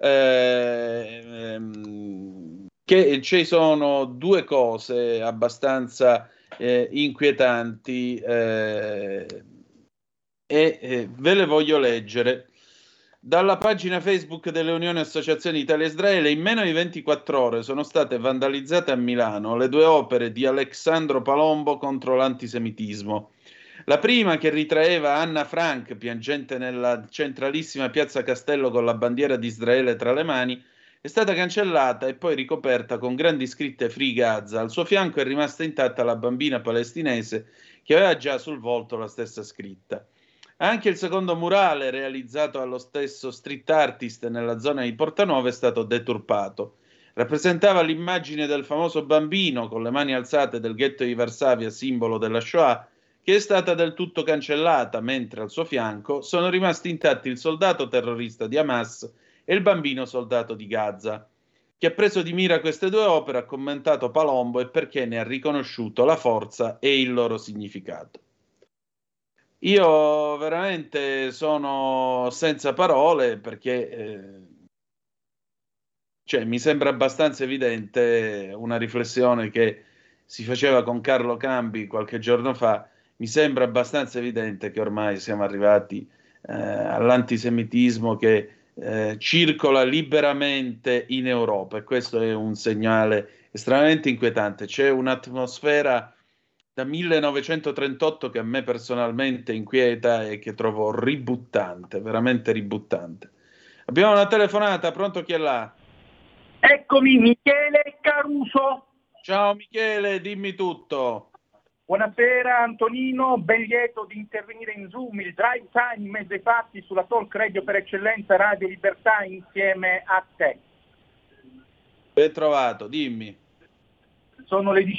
che ci sono due cose abbastanza inquietanti e ve le voglio leggere. Dalla pagina Facebook delle Unioni Associazioni Italia-Israele, in meno di 24 ore sono state vandalizzate a Milano le due opere di Alexandro Palombo contro l'antisemitismo. La prima, che ritraeva Anna Frank piangente nella centralissima piazza Castello con la bandiera di Israele tra le mani, è stata cancellata e poi ricoperta con grandi scritte Free Gaza. Al suo fianco è rimasta intatta la bambina palestinese che aveva già sul volto la stessa scritta. Anche il secondo murale, realizzato allo stesso street artist nella zona di Portanuova, è stato deturpato. Rappresentava l'immagine del famoso bambino con le mani alzate del ghetto di Varsavia, simbolo della Shoah, che è stata del tutto cancellata, mentre al suo fianco sono rimasti intatti il soldato terrorista di Hamas e il bambino soldato di Gaza. Chi ha preso di mira queste due opere, ha commentato Palombo, e perché ne ha riconosciuto la forza e il loro significato. Io veramente sono senza parole, perché mi sembra abbastanza evidente una riflessione che si faceva con Carlo Cambi qualche giorno fa. Mi sembra abbastanza evidente che ormai siamo arrivati all'antisemitismo che circola liberamente in Europa, e questo è un segnale estremamente inquietante. C'è un'atmosfera da 1938 che a me personalmente inquieta e che trovo ributtante, veramente ributtante. Abbiamo una telefonata, pronto, chi è là? Eccomi, Michele Caruso. Ciao Michele, dimmi tutto. Buonasera Antonino, ben lieto di intervenire in Zoom, il drive time in mezzo ai fatti sulla talk radio per eccellenza Radio Libertà insieme a te. Ben trovato, dimmi. Sono le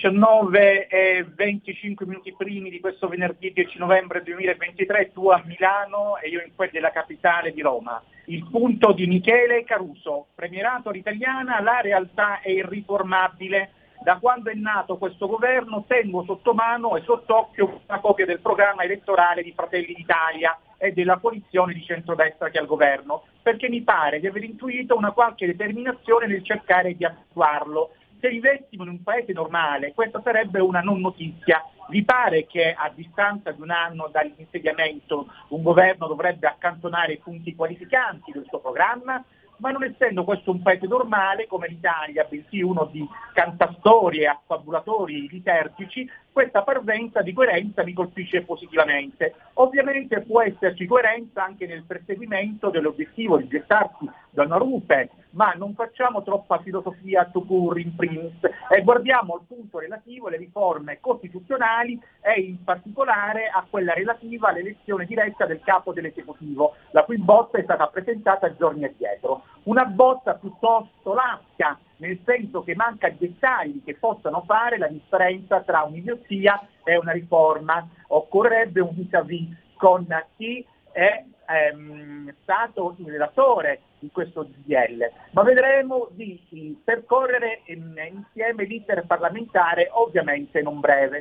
19:25 minuti primi di questo venerdì 10 novembre 2023, tu a Milano e io in quella della capitale di Roma. Il punto di Michele Caruso, premierato all'italiana, la realtà è irriformabile. Da quando è nato questo governo tengo sotto mano e sott'occhio una copia del programma elettorale di Fratelli d'Italia e della coalizione di centrodestra che è al governo, perché mi pare di aver intuito una qualche determinazione nel cercare di attuarlo. Se vivessimo in un paese normale, questa sarebbe una non notizia. Vi pare che a distanza di un anno dall'insediamento un governo dovrebbe accantonare i punti qualificanti del suo programma? Ma non essendo questo un paese normale come l'Italia, bensì uno di cantastorie e affabulatori liturgici, questa parvenza di coerenza mi colpisce positivamente. Ovviamente può esserci coerenza anche nel perseguimento dell'obiettivo di gettarsi da una rupe, ma non facciamo troppa filosofia to cure in primis e guardiamo al punto relativo alle riforme costituzionali e in particolare a quella relativa all'elezione diretta del capo dell'esecutivo, la cui bozza è stata presentata giorni addietro. Una bozza piuttosto lasca, nel senso che manca dettagli che possano fare la differenza tra un'idiozia e una riforma. Occorrerebbe un vis-à-vis con chi è stato il relatore di questo DDL, ma vedremo di percorrere insieme l'iter parlamentare, ovviamente non breve.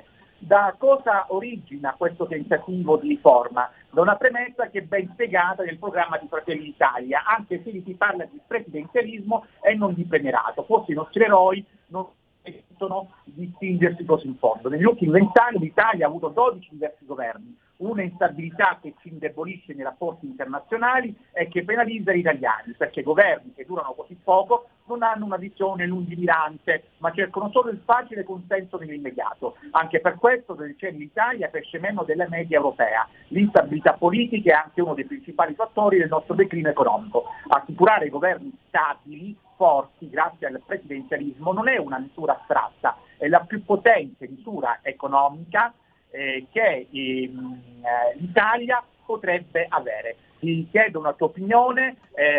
Da cosa origina questo tentativo di riforma? Da una premessa che è ben spiegata nel programma di Fratelli d'Italia, anche se si parla di presidenzialismo e non di premierato. Forse i nostri eroi non possono distinguersi così in fondo. Negli ultimi 20 anni l'Italia ha avuto 12 diversi governi, una instabilità che ci indebolisce nei rapporti internazionali e che penalizza gli italiani, perché governi che durano così poco non hanno una visione lungimirante, ma cercano solo il facile consenso nell'immediato. Anche per questo da decenni l'Italia cresce meno della media europea. L'instabilità politica è anche uno dei principali fattori del nostro declino economico. Assicurare governi stabili, forti, grazie al presidenzialismo, non è una misura astratta, è la più potente misura economica che l'Italia potrebbe avere. Ti chiedo una tua opinione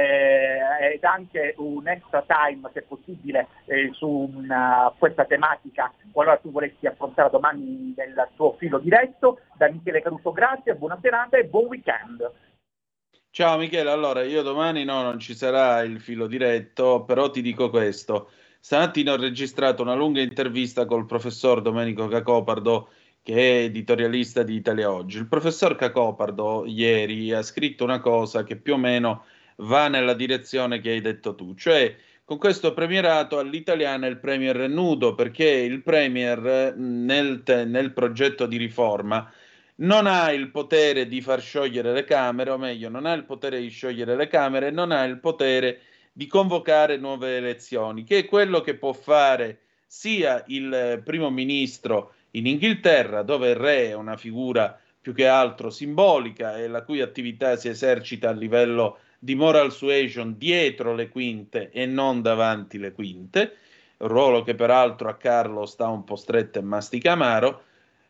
ed anche un extra time, se possibile, su questa tematica, qualora tu volessi affrontare domani nel tuo filo diretto. Da Michele Caruso, grazie, buona serata e buon weekend. Ciao Michele, allora io domani non ci sarà il filo diretto, però ti dico questo. Stamattina ho registrato una lunga intervista col professor Domenico Cacopardo, che è editorialista di Italia Oggi. Il professor Cacopardo ieri ha scritto una cosa che più o meno va nella direzione che hai detto tu, cioè con questo premierato all'italiana il premier è nudo, perché il premier nel progetto di riforma non ha il potere di far sciogliere le Camere, o meglio, non ha il potere di sciogliere le Camere, non ha il potere di convocare nuove elezioni, che è quello che può fare sia il primo ministro in Inghilterra, dove il re è una figura più che altro simbolica e la cui attività si esercita a livello di moral suasion dietro le quinte e non davanti le quinte, ruolo che peraltro a Carlo sta un po' stretto e mastica amaro,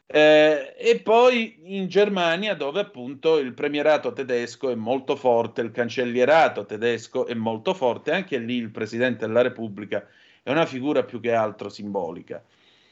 e poi in Germania, dove appunto il premierato tedesco è molto forte, il cancellierato tedesco è molto forte, anche lì il Presidente della Repubblica è una figura più che altro simbolica.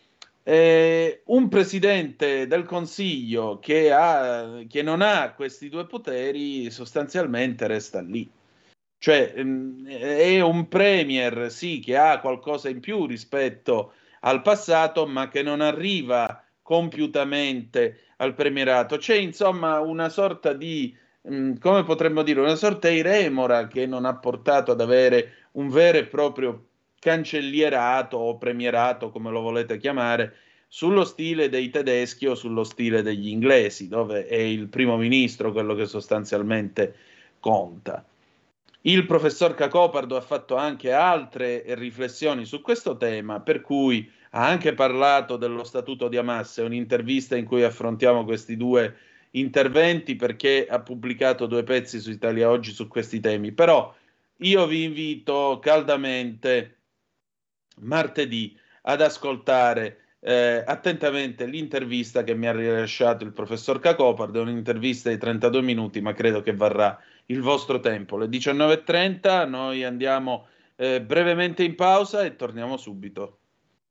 Un Presidente del Consiglio che non ha questi due poteri sostanzialmente resta lì. Cioè è un premier, sì, che ha qualcosa in più rispetto al passato, ma che non arriva compiutamente al premierato. C'è insomma una sorta di, come potremmo dire, una sorta di remora che non ha portato ad avere un vero e proprio cancellierato o premierato, come lo volete chiamare, sullo stile dei tedeschi o sullo stile degli inglesi, dove è il primo ministro quello che sostanzialmente conta. Il professor Cacopardo ha fatto anche altre riflessioni su questo tema, per cui ha anche parlato dello Statuto di Hamas, è un'intervista in cui affrontiamo questi due interventi, perché ha pubblicato 2 pezzi su Italia Oggi su questi temi. Però io vi invito caldamente martedì ad ascoltare attentamente l'intervista che mi ha rilasciato il professor Cacopardo. È un'intervista di 32 minuti, ma credo che varrà il vostro tempo. Le 19:30 noi andiamo brevemente in pausa e torniamo subito.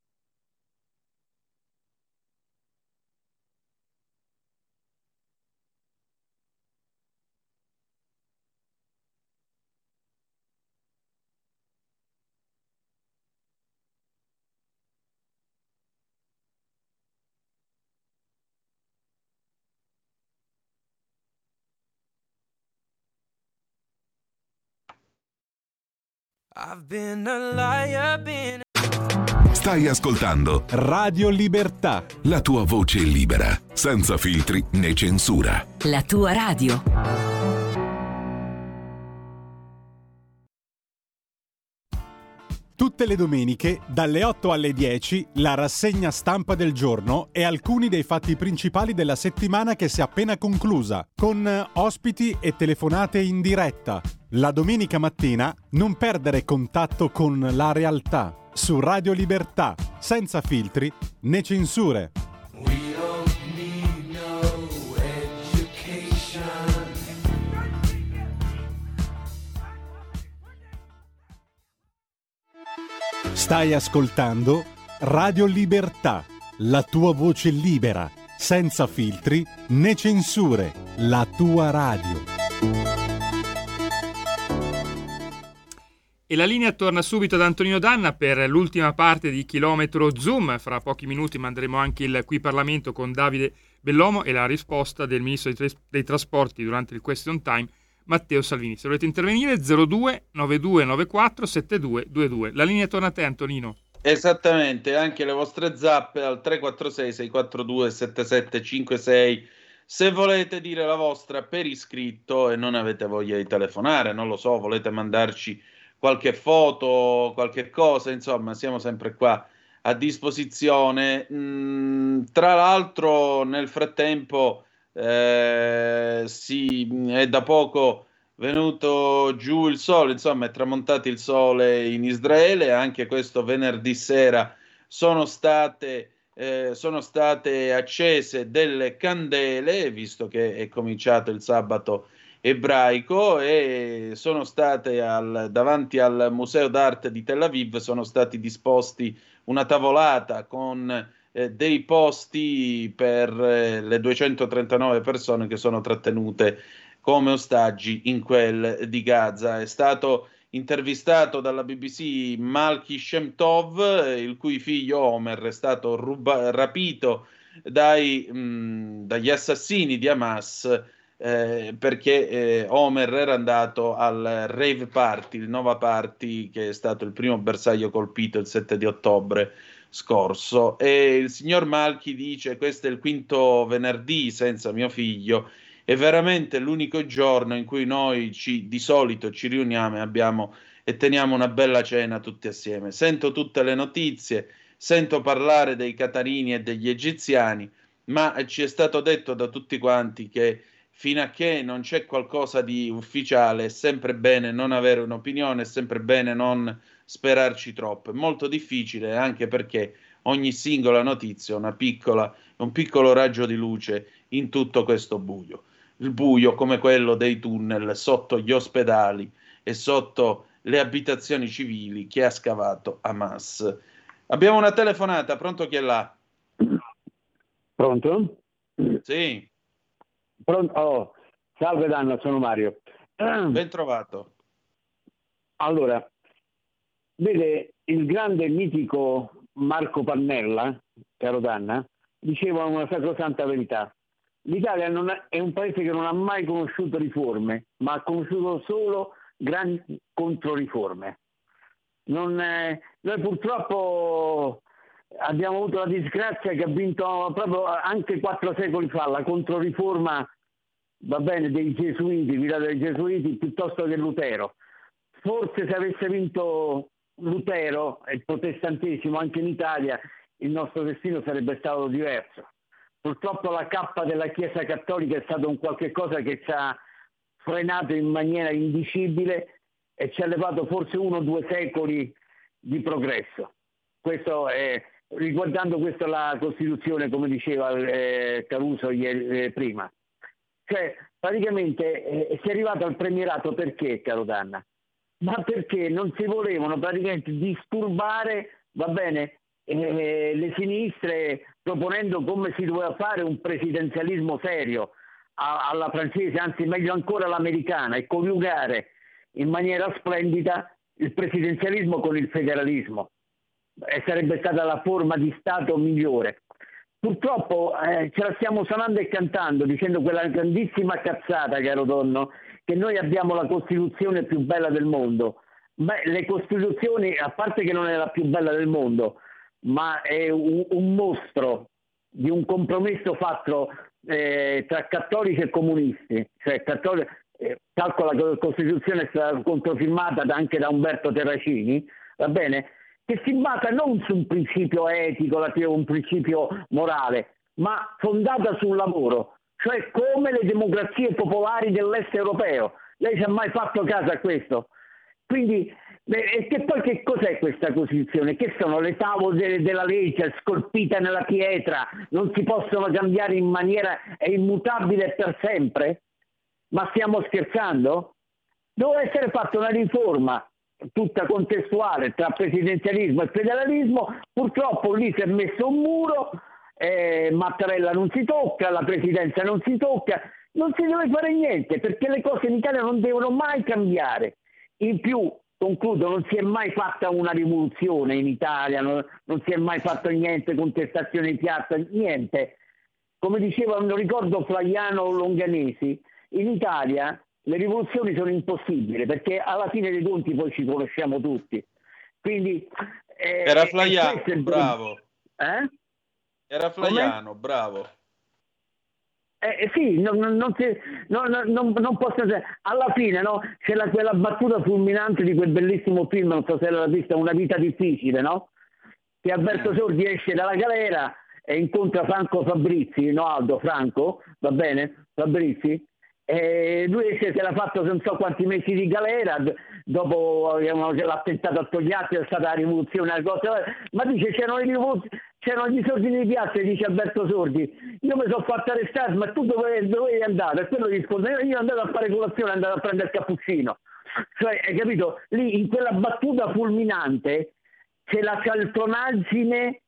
Stai ascoltando Radio Libertà, la tua voce libera, senza filtri né censura. La tua radio. Tutte le domeniche, dalle 8 alle 10, la rassegna stampa del giorno e alcuni dei fatti principali della settimana che si è appena conclusa, con ospiti e telefonate in diretta. La domenica mattina non perdere contatto con la realtà, su Radio Libertà, senza filtri né censure. Stai ascoltando Radio Libertà, la tua voce libera, senza filtri né censure, la tua radio. E la linea torna subito ad Antonino Danna per l'ultima parte di Chilometro Zoom. Fra pochi minuti manderemo anche il Qui Parlamento con Davide Bellomo e la risposta del Ministro dei Trasporti durante il Question Time, Matteo Salvini. Se volete intervenire 02 9294 7222. La linea torna a te, Antonino. Esattamente, anche le vostre zappe al 346 642 7756 se volete dire la vostra per iscritto e non avete voglia di telefonare, non lo so, volete mandarci qualche foto, qualche cosa, insomma, siamo sempre qua a disposizione. Tra l'altro, nel frattempo è da poco venuto giù il sole, insomma, è tramontato il sole in Israele. Anche questo venerdì sera sono state accese delle candele, visto che è cominciato il sabato ebraico, e sono state davanti al Museo d'Arte di Tel Aviv sono stati disposti una tavolata con dei posti per le 239 persone che sono trattenute come ostaggi in quel di Gaza. È stato intervistato dalla BBC Malki Shem Tov, il cui figlio Omer è stato rapito dagli assassini di Hamas perché Omer era andato al Rave Party, il Nova Party, che è stato il primo bersaglio colpito il 7 di ottobre scorso. E il signor Malki dice: questo è il quinto venerdì senza mio figlio, è veramente l'unico giorno in cui noi di solito ci riuniamo e teniamo una bella cena tutti assieme. Sento tutte le notizie, sento parlare dei catarini e degli egiziani, ma ci è stato detto da tutti quanti che fino a che non c'è qualcosa di ufficiale è sempre bene non avere un'opinione, è sempre bene non sperarci troppo. È molto difficile, anche perché ogni singola notizia è un piccolo raggio di luce in tutto questo buio. Il buio come quello dei tunnel sotto gli ospedali e sotto le abitazioni civili che ha scavato Hamas. Abbiamo una telefonata, pronto, chi è là? Pronto? Sì. Pronto? Oh, salve Danna, sono Mario. Ben trovato. Allora, vede, il grande mitico Marco Pannella, caro Danna, diceva una sacrosanta verità. L'Italia è un paese che non ha mai conosciuto riforme, ma ha conosciuto solo grandi controriforme. Noi purtroppo abbiamo avuto la disgrazia che ha vinto proprio anche 4 secoli fa la controriforma, va bene, dei Gesuiti, guidata dai Gesuiti, piuttosto che Lutero. Forse se avesse vinto Lutero e il protestantesimo anche in Italia, il nostro destino sarebbe stato diverso. Purtroppo la cappa della Chiesa Cattolica è stato un qualche cosa che ci ha frenato in maniera indicibile e ci ha levato forse 1 o 2 secoli di progresso. Questo è, riguardando questo la Costituzione, come diceva Caruso prima. Cioè, praticamente si è arrivato al premierato perché, caro Danna? Ma perché non si volevano praticamente disturbare, va bene, le sinistre, proponendo come si doveva fare un presidenzialismo serio alla francese, anzi meglio ancora l'americana, e coniugare in maniera splendida il presidenzialismo con il federalismo. E sarebbe stata la forma di Stato migliore. Purtroppo ce la stiamo suonando e cantando, dicendo quella grandissima cazzata, caro Donno, che noi abbiamo la Costituzione più bella del mondo. Beh, le Costituzioni, a parte che non è la più bella del mondo, ma è un mostro di un compromesso fatto tra cattolici e comunisti. Cioè, calcola che la Costituzione è stata controfirmata anche da Umberto Terracini, va bene? Che si basa non su un principio etico, un principio morale, ma fondata sul lavoro, cioè come le democrazie popolari dell'est europeo. Lei ci ha mai fatto caso a questo? Quindi, e che poi che cos'è questa Costituzione? Che sono le tavole della legge scolpite nella pietra, non si possono cambiare in maniera immutabile per sempre? Ma stiamo scherzando? Doveva essere fatta una riforma tutta contestuale tra presidenzialismo e federalismo. Purtroppo lì si è messo un muro, Mattarella non si tocca, la presidenza non si tocca, non si deve fare niente perché le cose in Italia non devono mai cambiare. In più concludo, non si è mai fatta una rivoluzione in Italia, non si è mai fatto niente, contestazione in piazza, niente. Come diceva, non ricordo, Flaiano Longanesi, in Italia le rivoluzioni sono impossibili perché alla fine dei conti poi ci conosciamo tutti. Quindi era Flaiano, bravo. Era Flaiano, come? bravo. Sì, non posso. Alla fine, no? C'è quella battuta fulminante di quel bellissimo film, non so se l'ha vista, Una vita difficile, no? Che Alberto Sordi esce dalla galera e incontra Franco Fabrizi, no, Aldo Franco, va bene? Fabrizi. E lui esce, si era fatto non so quanti mesi di galera, dopo l'attentato a Togliatti è stata la rivoluzione, una cosa, ma dice c'erano gli disordini di piazza, dice Alberto Sordi, io mi sono fatto arrestare, ma tu dove eri andato? E quello risponde, io ero andato a fare colazione, andato a prendere il cappuccino. Cioè, hai capito? Lì in quella battuta fulminante c'è la caltronaggine,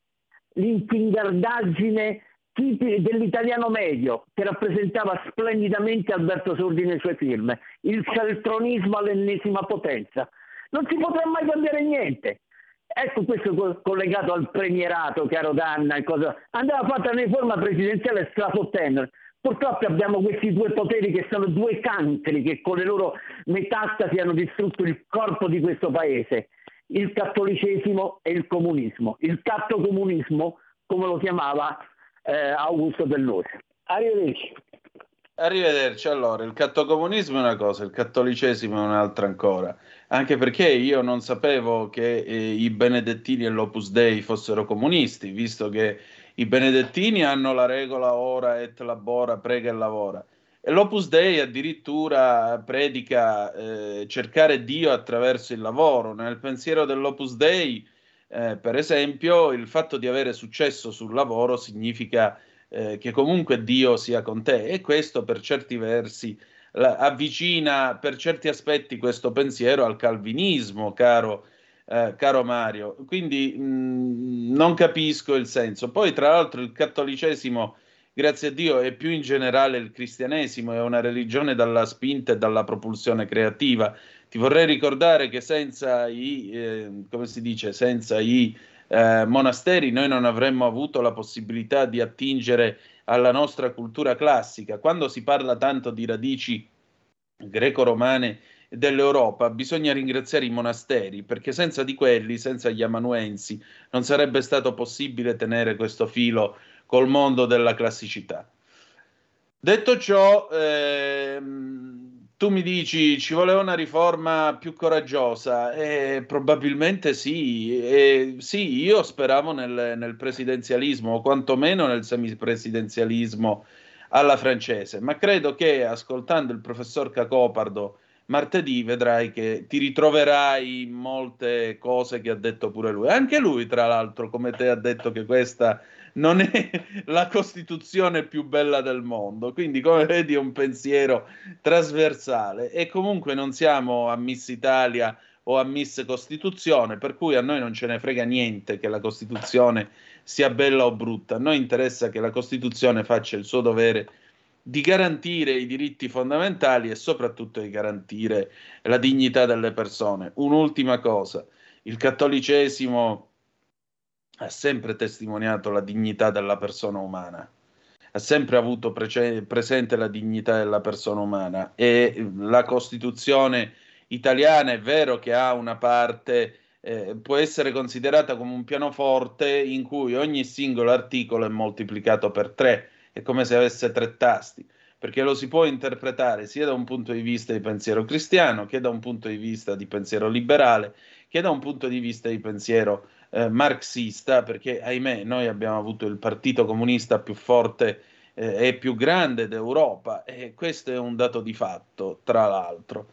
l'infingardaggine dell'italiano medio, che rappresentava splendidamente Alberto Sordi nei suoi film, il caltronismo all'ennesima potenza. Non si potrà mai cambiare niente. Ecco, questo collegato al premierato, caro Danna, e cosa andava fatta una riforma presidenziale strafottenne. Purtroppo abbiamo questi due poteri che sono due cancri che con le loro metastasi hanno distrutto il corpo di questo paese, il cattolicesimo e il comunismo. Il cattocomunismo, come lo chiamava Augusto Dell'Osi. Arrivederci. Arrivederci. Allora, il cattocomunismo è una cosa, il cattolicesimo è un'altra ancora, anche perché io non sapevo che i benedettini e l'Opus Dei fossero comunisti, visto che i benedettini hanno la regola ora et labora, prega e lavora, e l'Opus Dei addirittura predica cercare Dio attraverso il lavoro. Nel pensiero dell'Opus Dei, per esempio, il fatto di avere successo sul lavoro significa che comunque Dio sia con te, e questo per certi versi avvicina per certi aspetti questo pensiero al calvinismo, caro Mario. Quindi non capisco il senso. Poi tra l'altro il cattolicesimo, grazie a Dio, e più in generale il cristianesimo è una religione dalla spinta e dalla propulsione creativa. Ti vorrei ricordare che senza come si dice, senza i monasteri noi non avremmo avuto la possibilità di attingere alla nostra cultura classica. Quando si parla tanto di radici greco-romane dell'Europa, bisogna ringraziare i monasteri, perché senza di quelli, senza gli amanuensi, non sarebbe stato possibile tenere questo filo col mondo della classicità. Detto ciò, tu mi dici ci voleva una riforma più coraggiosa, probabilmente sì. Sì, io speravo nel presidenzialismo, o quantomeno nel semipresidenzialismo alla francese, ma credo che ascoltando il professor Cacopardo martedì vedrai che ti ritroverai in molte cose che ha detto pure lui. Anche lui, tra l'altro, come te, ha detto che questa non è la Costituzione più bella del mondo, quindi come vedi è un pensiero trasversale, e comunque non siamo a Miss Italia o a Miss Costituzione, per cui a noi non ce ne frega niente che la Costituzione sia bella o brutta. A noi interessa che la Costituzione faccia il suo dovere di garantire i diritti fondamentali e soprattutto di garantire la dignità delle persone. Un'ultima cosa, il cattolicesimo ha sempre testimoniato la dignità della persona umana, ha sempre avuto presente la dignità della persona umana, e la Costituzione italiana è vero che ha una parte, può essere considerata come un pianoforte in cui ogni singolo articolo è moltiplicato per 3, è come se avesse 3 tasti, perché lo si può interpretare sia da un punto di vista di pensiero cristiano, che da un punto di vista di pensiero liberale, che da un punto di vista di pensiero marxista, perché ahimè noi abbiamo avuto il partito comunista più forte e più grande d'Europa, e questo è un dato di fatto, tra l'altro.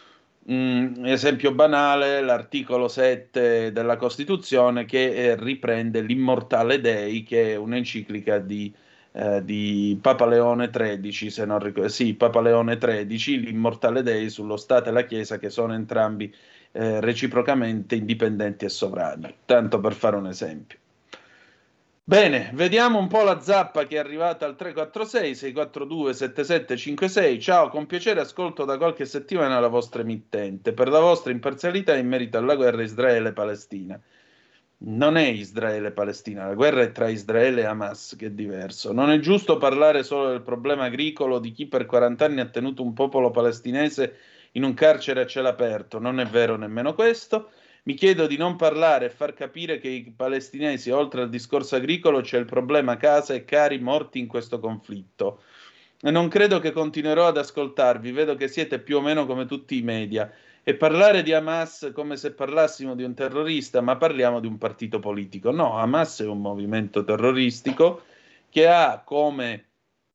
Esempio banale, l'articolo 7 della Costituzione che riprende l'Immortale Dei, che è un'enciclica di Papa Leone XIII, se non ricordo, sì, Papa Leone XIII, l'Immortale Dei sullo Stato e la Chiesa, che sono entrambi reciprocamente indipendenti e sovrani, tanto per fare un esempio. Bene, vediamo un po' la zappa che è arrivata al 346-642-7756. Ciao, con piacere ascolto da qualche settimana la vostra emittente per la vostra imparzialità in merito alla guerra Israele-Palestina. Non è Israele-Palestina, la guerra è tra Israele e Hamas, che è diverso. Non è giusto parlare solo del problema agricolo di chi per 40 anni ha tenuto un popolo palestinese in un carcere a cielo aperto. Non è vero nemmeno questo. Mi chiedo di non parlare e far capire che i palestinesi, oltre al discorso agricolo, c'è il problema casa e cari morti in questo conflitto. E non credo che continuerò ad ascoltarvi, vedo che siete più o meno come tutti i media. E parlare di Hamas come se parlassimo di un terrorista, ma parliamo di un partito politico. No, Hamas è un movimento terroristico che ha come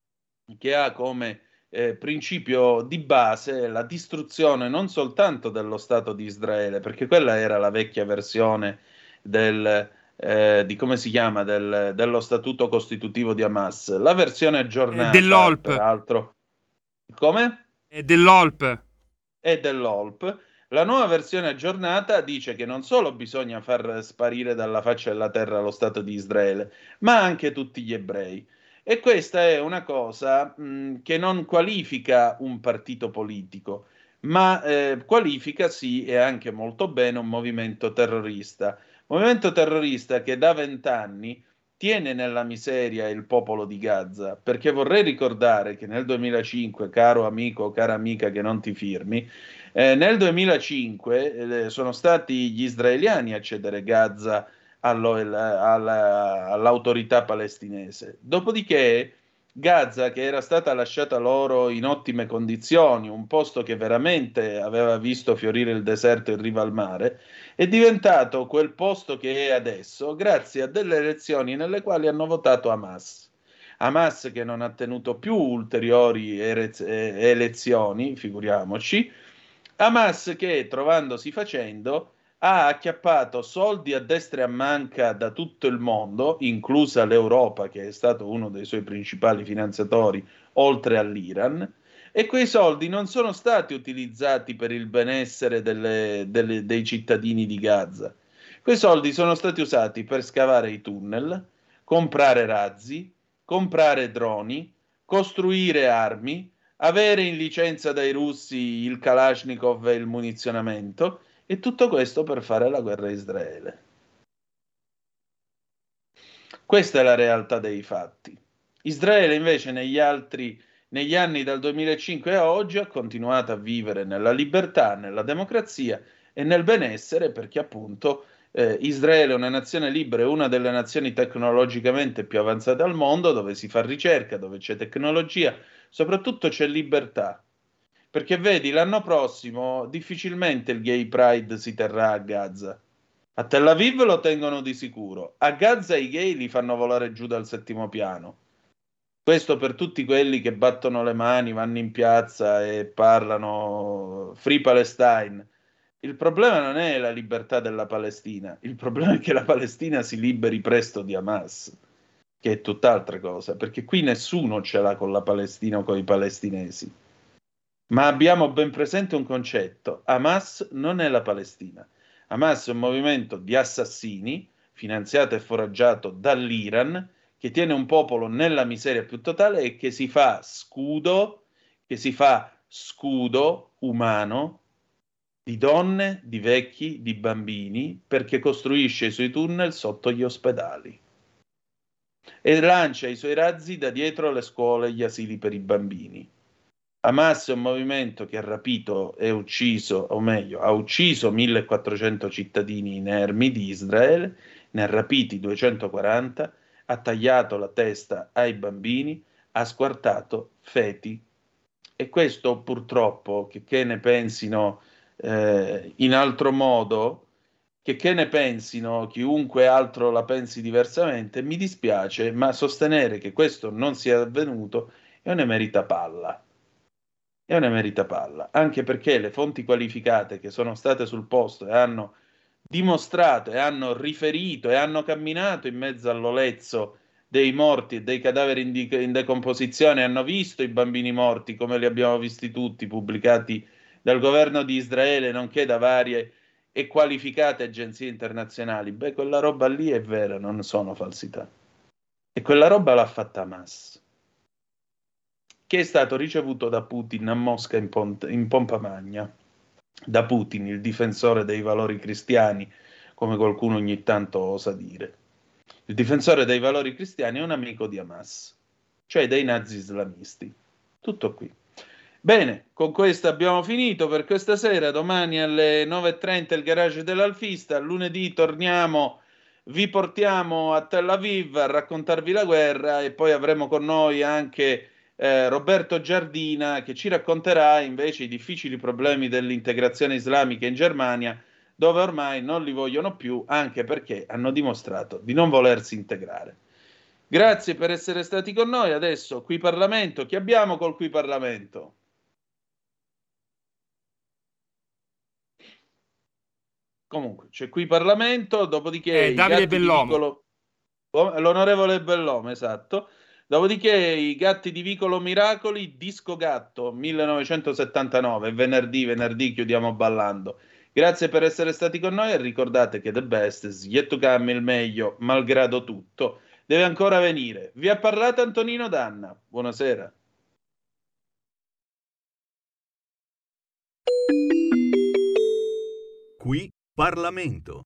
principio di base la distruzione non soltanto dello Stato di Israele, perché quella era la vecchia versione di come si chiama, dello statuto costitutivo di Hamas. La versione aggiornata, dell'OLP. Peraltro, come? È dell'OLP. È dell'OLP. La nuova versione aggiornata dice che non solo bisogna far sparire dalla faccia della terra lo Stato di Israele, ma anche tutti gli ebrei. E questa è una cosa che non qualifica un partito politico, ma qualifica sì e anche molto bene un movimento terrorista. Movimento terrorista che da 20 anni tiene nella miseria il popolo di Gaza, perché vorrei ricordare che nel 2005, caro amico o cara amica che non ti firmi, nel 2005 sono stati gli israeliani a cedere Gaza all'autorità palestinese. Dopodiché Gaza, che era stata lasciata loro in ottime condizioni, un posto che veramente aveva visto fiorire il deserto in riva al mare, è diventato quel posto che è adesso grazie a delle elezioni nelle quali hanno votato Hamas. Hamas che non ha tenuto più ulteriori elezioni, figuriamoci. Hamas che, trovandosi facendo, ha acchiappato soldi a destra e a manca da tutto il mondo, inclusa l'Europa, che è stato uno dei suoi principali finanziatori, oltre all'Iran, e quei soldi non sono stati utilizzati per il benessere dei cittadini di Gaza. Quei soldi sono stati usati per scavare i tunnel, comprare razzi, comprare droni, costruire armi, avere in licenza dai russi il Kalashnikov e il munizionamento, e tutto questo per fare la guerra a Israele. Questa è la realtà dei fatti. Israele invece negli anni dal 2005 a oggi ha continuato a vivere nella libertà, nella democrazia e nel benessere, perché appunto Israele è una nazione libera, è una delle nazioni tecnologicamente più avanzate al mondo, dove si fa ricerca, dove c'è tecnologia, soprattutto c'è libertà. Perché vedi, l'anno prossimo difficilmente il Gay Pride si terrà a Gaza. A Tel Aviv lo tengono di sicuro. A Gaza i gay li fanno volare giù dal 7° piano. Questo per tutti quelli che battono le mani, vanno in piazza e parlano Free Palestine. Il problema non è la libertà della Palestina. Il problema è che la Palestina si liberi presto di Hamas, che è tutt'altra cosa. Perché qui nessuno ce l'ha con la Palestina o con i palestinesi. Ma abbiamo ben presente un concetto: Hamas non è la Palestina. Hamas è un movimento di assassini, finanziato e foraggiato dall'Iran, che tiene un popolo nella miseria più totale e che si fa scudo umano di donne, di vecchi, di bambini, perché costruisce i suoi tunnel sotto gli ospedali e lancia i suoi razzi da dietro le scuole e gli asili per i bambini. Hamas è un movimento che ha rapito e ucciso, o meglio, ha ucciso 1400 cittadini inermi di Israele, ne ha rapiti 240, ha tagliato la testa ai bambini, ha squartato feti. E questo purtroppo, che ne pensino in altro modo, che ne pensino chiunque altro la pensi diversamente, mi dispiace, ma sostenere che questo non sia avvenuto è un'emerita palla. È un'emerita palla, anche perché le fonti qualificate che sono state sul posto e hanno dimostrato e hanno riferito e hanno camminato in mezzo all'olezzo dei morti e dei cadaveri in decomposizione, hanno visto i bambini morti come li abbiamo visti tutti, pubblicati dal governo di Israele, nonché da varie e qualificate agenzie internazionali. Beh, quella roba lì è vera, non sono falsità. E quella roba l'ha fatta Hamas, che è stato ricevuto da Putin a Mosca in pompa magna. Da Putin, il difensore dei valori cristiani, come qualcuno ogni tanto osa dire. Il difensore dei valori cristiani è un amico di Hamas, cioè dei nazi islamisti. Tutto qui. Bene, con questo abbiamo finito per questa sera. Domani alle 9:30 il garage dell'Alfista. Lunedì torniamo, vi portiamo a Tel Aviv a raccontarvi la guerra e poi avremo con noi anche Roberto Giardina che ci racconterà invece i difficili problemi dell'integrazione islamica in Germania, dove ormai non li vogliono più, anche perché hanno dimostrato di non volersi integrare. Grazie per essere stati con noi. Adesso Qui Parlamento. Chi abbiamo col Qui Parlamento? Comunque, c'è Qui Parlamento, dopodiché Davide Bellomo. L'onorevole Bellomo, esatto. Dopodiché i Gatti di Vicolo Miracoli, Disco Gatto, 1979, venerdì chiudiamo ballando. Grazie per essere stati con noi e ricordate che the best is yet to come, il meglio, malgrado tutto, deve ancora venire. Vi ha parlato Antonino Danna. Buonasera. Qui Parlamento.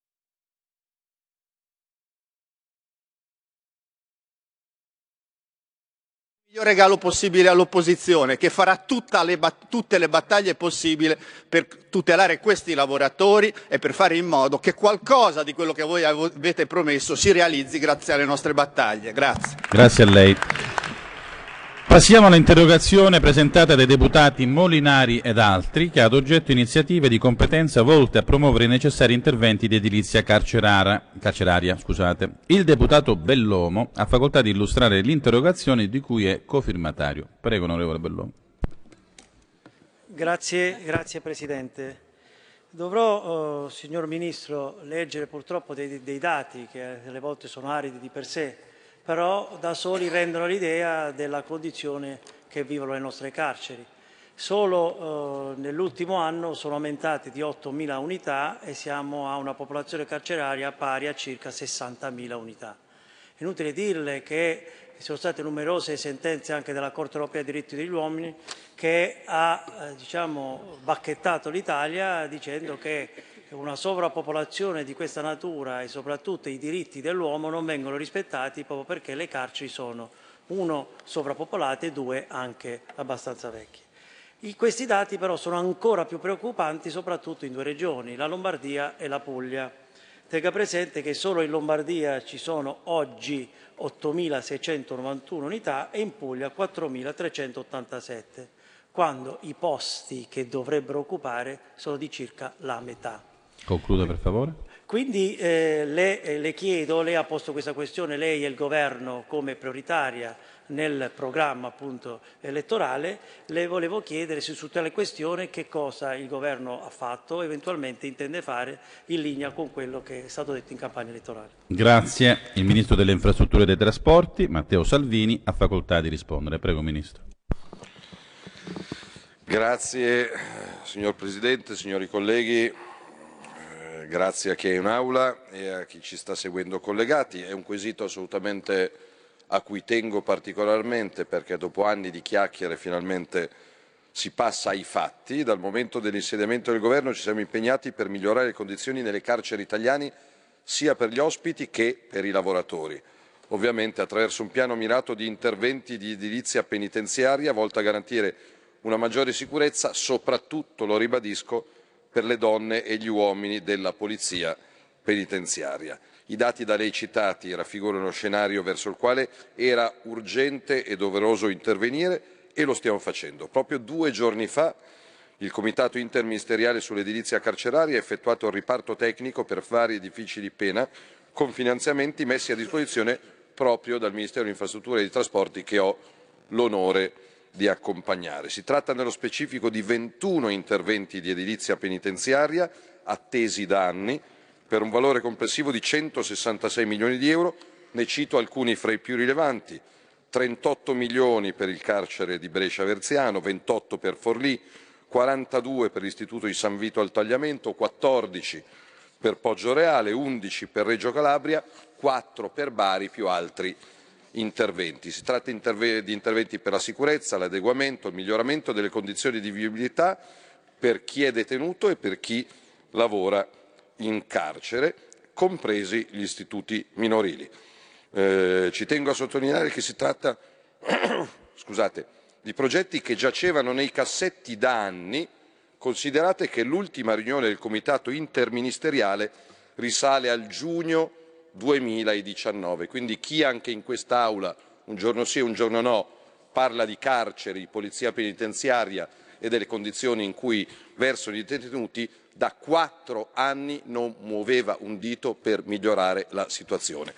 Il miglior regalo possibile all'opposizione, che farà tutte le battaglie possibili per tutelare questi lavoratori e per fare in modo che qualcosa di quello che voi avete promesso si realizzi grazie alle nostre battaglie. Grazie. Grazie a lei. Passiamo all'interrogazione presentata dai deputati Molinari ed altri, che ha ad oggetto iniziative di competenza volte a promuovere i necessari interventi di edilizia carceraria. Il deputato Bellomo ha facoltà di illustrare l'interrogazione di cui è cofirmatario. Prego, onorevole Bellomo. Grazie Presidente. Dovrò, signor Ministro, leggere purtroppo dei dati che alle volte sono aridi di per sé, però da soli rendono l'idea della condizione che vivono le nostre carceri. Solo nell'ultimo anno sono aumentati di 8.000 unità e siamo a una popolazione carceraria pari a circa 60.000 unità. È inutile dirle che ci sono state numerose sentenze anche della Corte Europea dei Diritti degli Uomini che ha bacchettato l'Italia dicendo che una sovrappopolazione di questa natura e soprattutto i diritti dell'uomo non vengono rispettati proprio perché le carceri sono, 1, sovrappopolate e 2, anche abbastanza vecchie. Questi dati però sono ancora più preoccupanti soprattutto in 2 regioni, la Lombardia e la Puglia. Tenga presente che solo in Lombardia ci sono oggi 8.691 unità e in Puglia 4.387, quando i posti che dovrebbero occupare sono di circa la metà. Concluda per favore. Quindi le chiedo, lei ha posto questa questione, lei e il Governo come prioritaria nel programma appunto elettorale, le volevo chiedere su tale questione che cosa il Governo ha fatto, eventualmente intende fare in linea con quello che è stato detto in campagna elettorale. Grazie. Il Ministro delle Infrastrutture e dei Trasporti, Matteo Salvini, ha facoltà di rispondere. Prego, Ministro. Grazie, signor Presidente, signori colleghi. Grazie a chi è in aula e a chi ci sta seguendo collegati. È un quesito assolutamente a cui tengo particolarmente perché dopo anni di chiacchiere finalmente si passa ai fatti. Dal momento dell'insediamento del Governo ci siamo impegnati per migliorare le condizioni nelle carceri italiane sia per gli ospiti che per i lavoratori. Ovviamente attraverso un piano mirato di interventi di edilizia penitenziaria volto a garantire una maggiore sicurezza, soprattutto, lo ribadisco, per le donne e gli uomini della polizia penitenziaria. I dati da lei citati raffigurano uno scenario verso il quale era urgente e doveroso intervenire e lo stiamo facendo. Proprio 2 giorni fa il Comitato Interministeriale sull'edilizia carceraria ha effettuato il riparto tecnico per vari edifici di pena con finanziamenti messi a disposizione proprio dal Ministero delle Infrastrutture e dei Trasporti che ho l'onore di accompagnare. Si tratta nello specifico di 21 interventi di edilizia penitenziaria attesi da anni per un valore complessivo di 166 milioni di euro. Ne cito alcuni fra i più rilevanti: 38 milioni per il carcere di Brescia Verziano, 28 per Forlì, 42 per l'Istituto di San Vito al Tagliamento, 14 per Poggioreale, 11 per Reggio Calabria, 4 per Bari, più altri interventi. Si tratta di interventi per la sicurezza, l'adeguamento, il miglioramento delle condizioni di vivibilità per chi è detenuto e per chi lavora in carcere, compresi gli istituti minorili. Ci tengo a sottolineare che si tratta di progetti che giacevano nei cassetti da anni. Considerate che l'ultima riunione del Comitato interministeriale risale al giugno 2019, quindi chi anche in quest'Aula, un giorno sì e un giorno no, parla di carceri, di polizia penitenziaria e delle condizioni in cui versano i detenuti, da 4 anni non muoveva un dito per migliorare la situazione.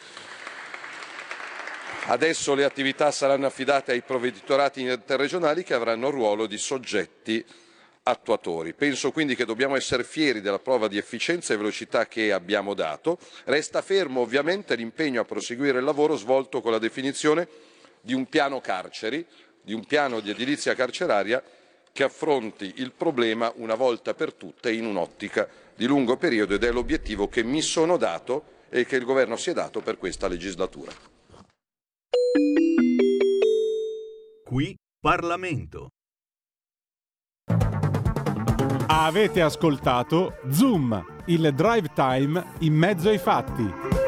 Adesso le attività saranno affidate ai provveditorati interregionali che avranno il ruolo di soggetti attuatori. Penso quindi che dobbiamo essere fieri della prova di efficienza e velocità che abbiamo dato. Resta fermo ovviamente l'impegno a proseguire il lavoro svolto con la definizione di un piano carceri, di un piano di edilizia carceraria che affronti il problema una volta per tutte in un'ottica di lungo periodo, ed è l'obiettivo che mi sono dato e che il Governo si è dato per questa legislatura. Qui Parlamento. Avete ascoltato Zoom, il drive time in mezzo ai fatti.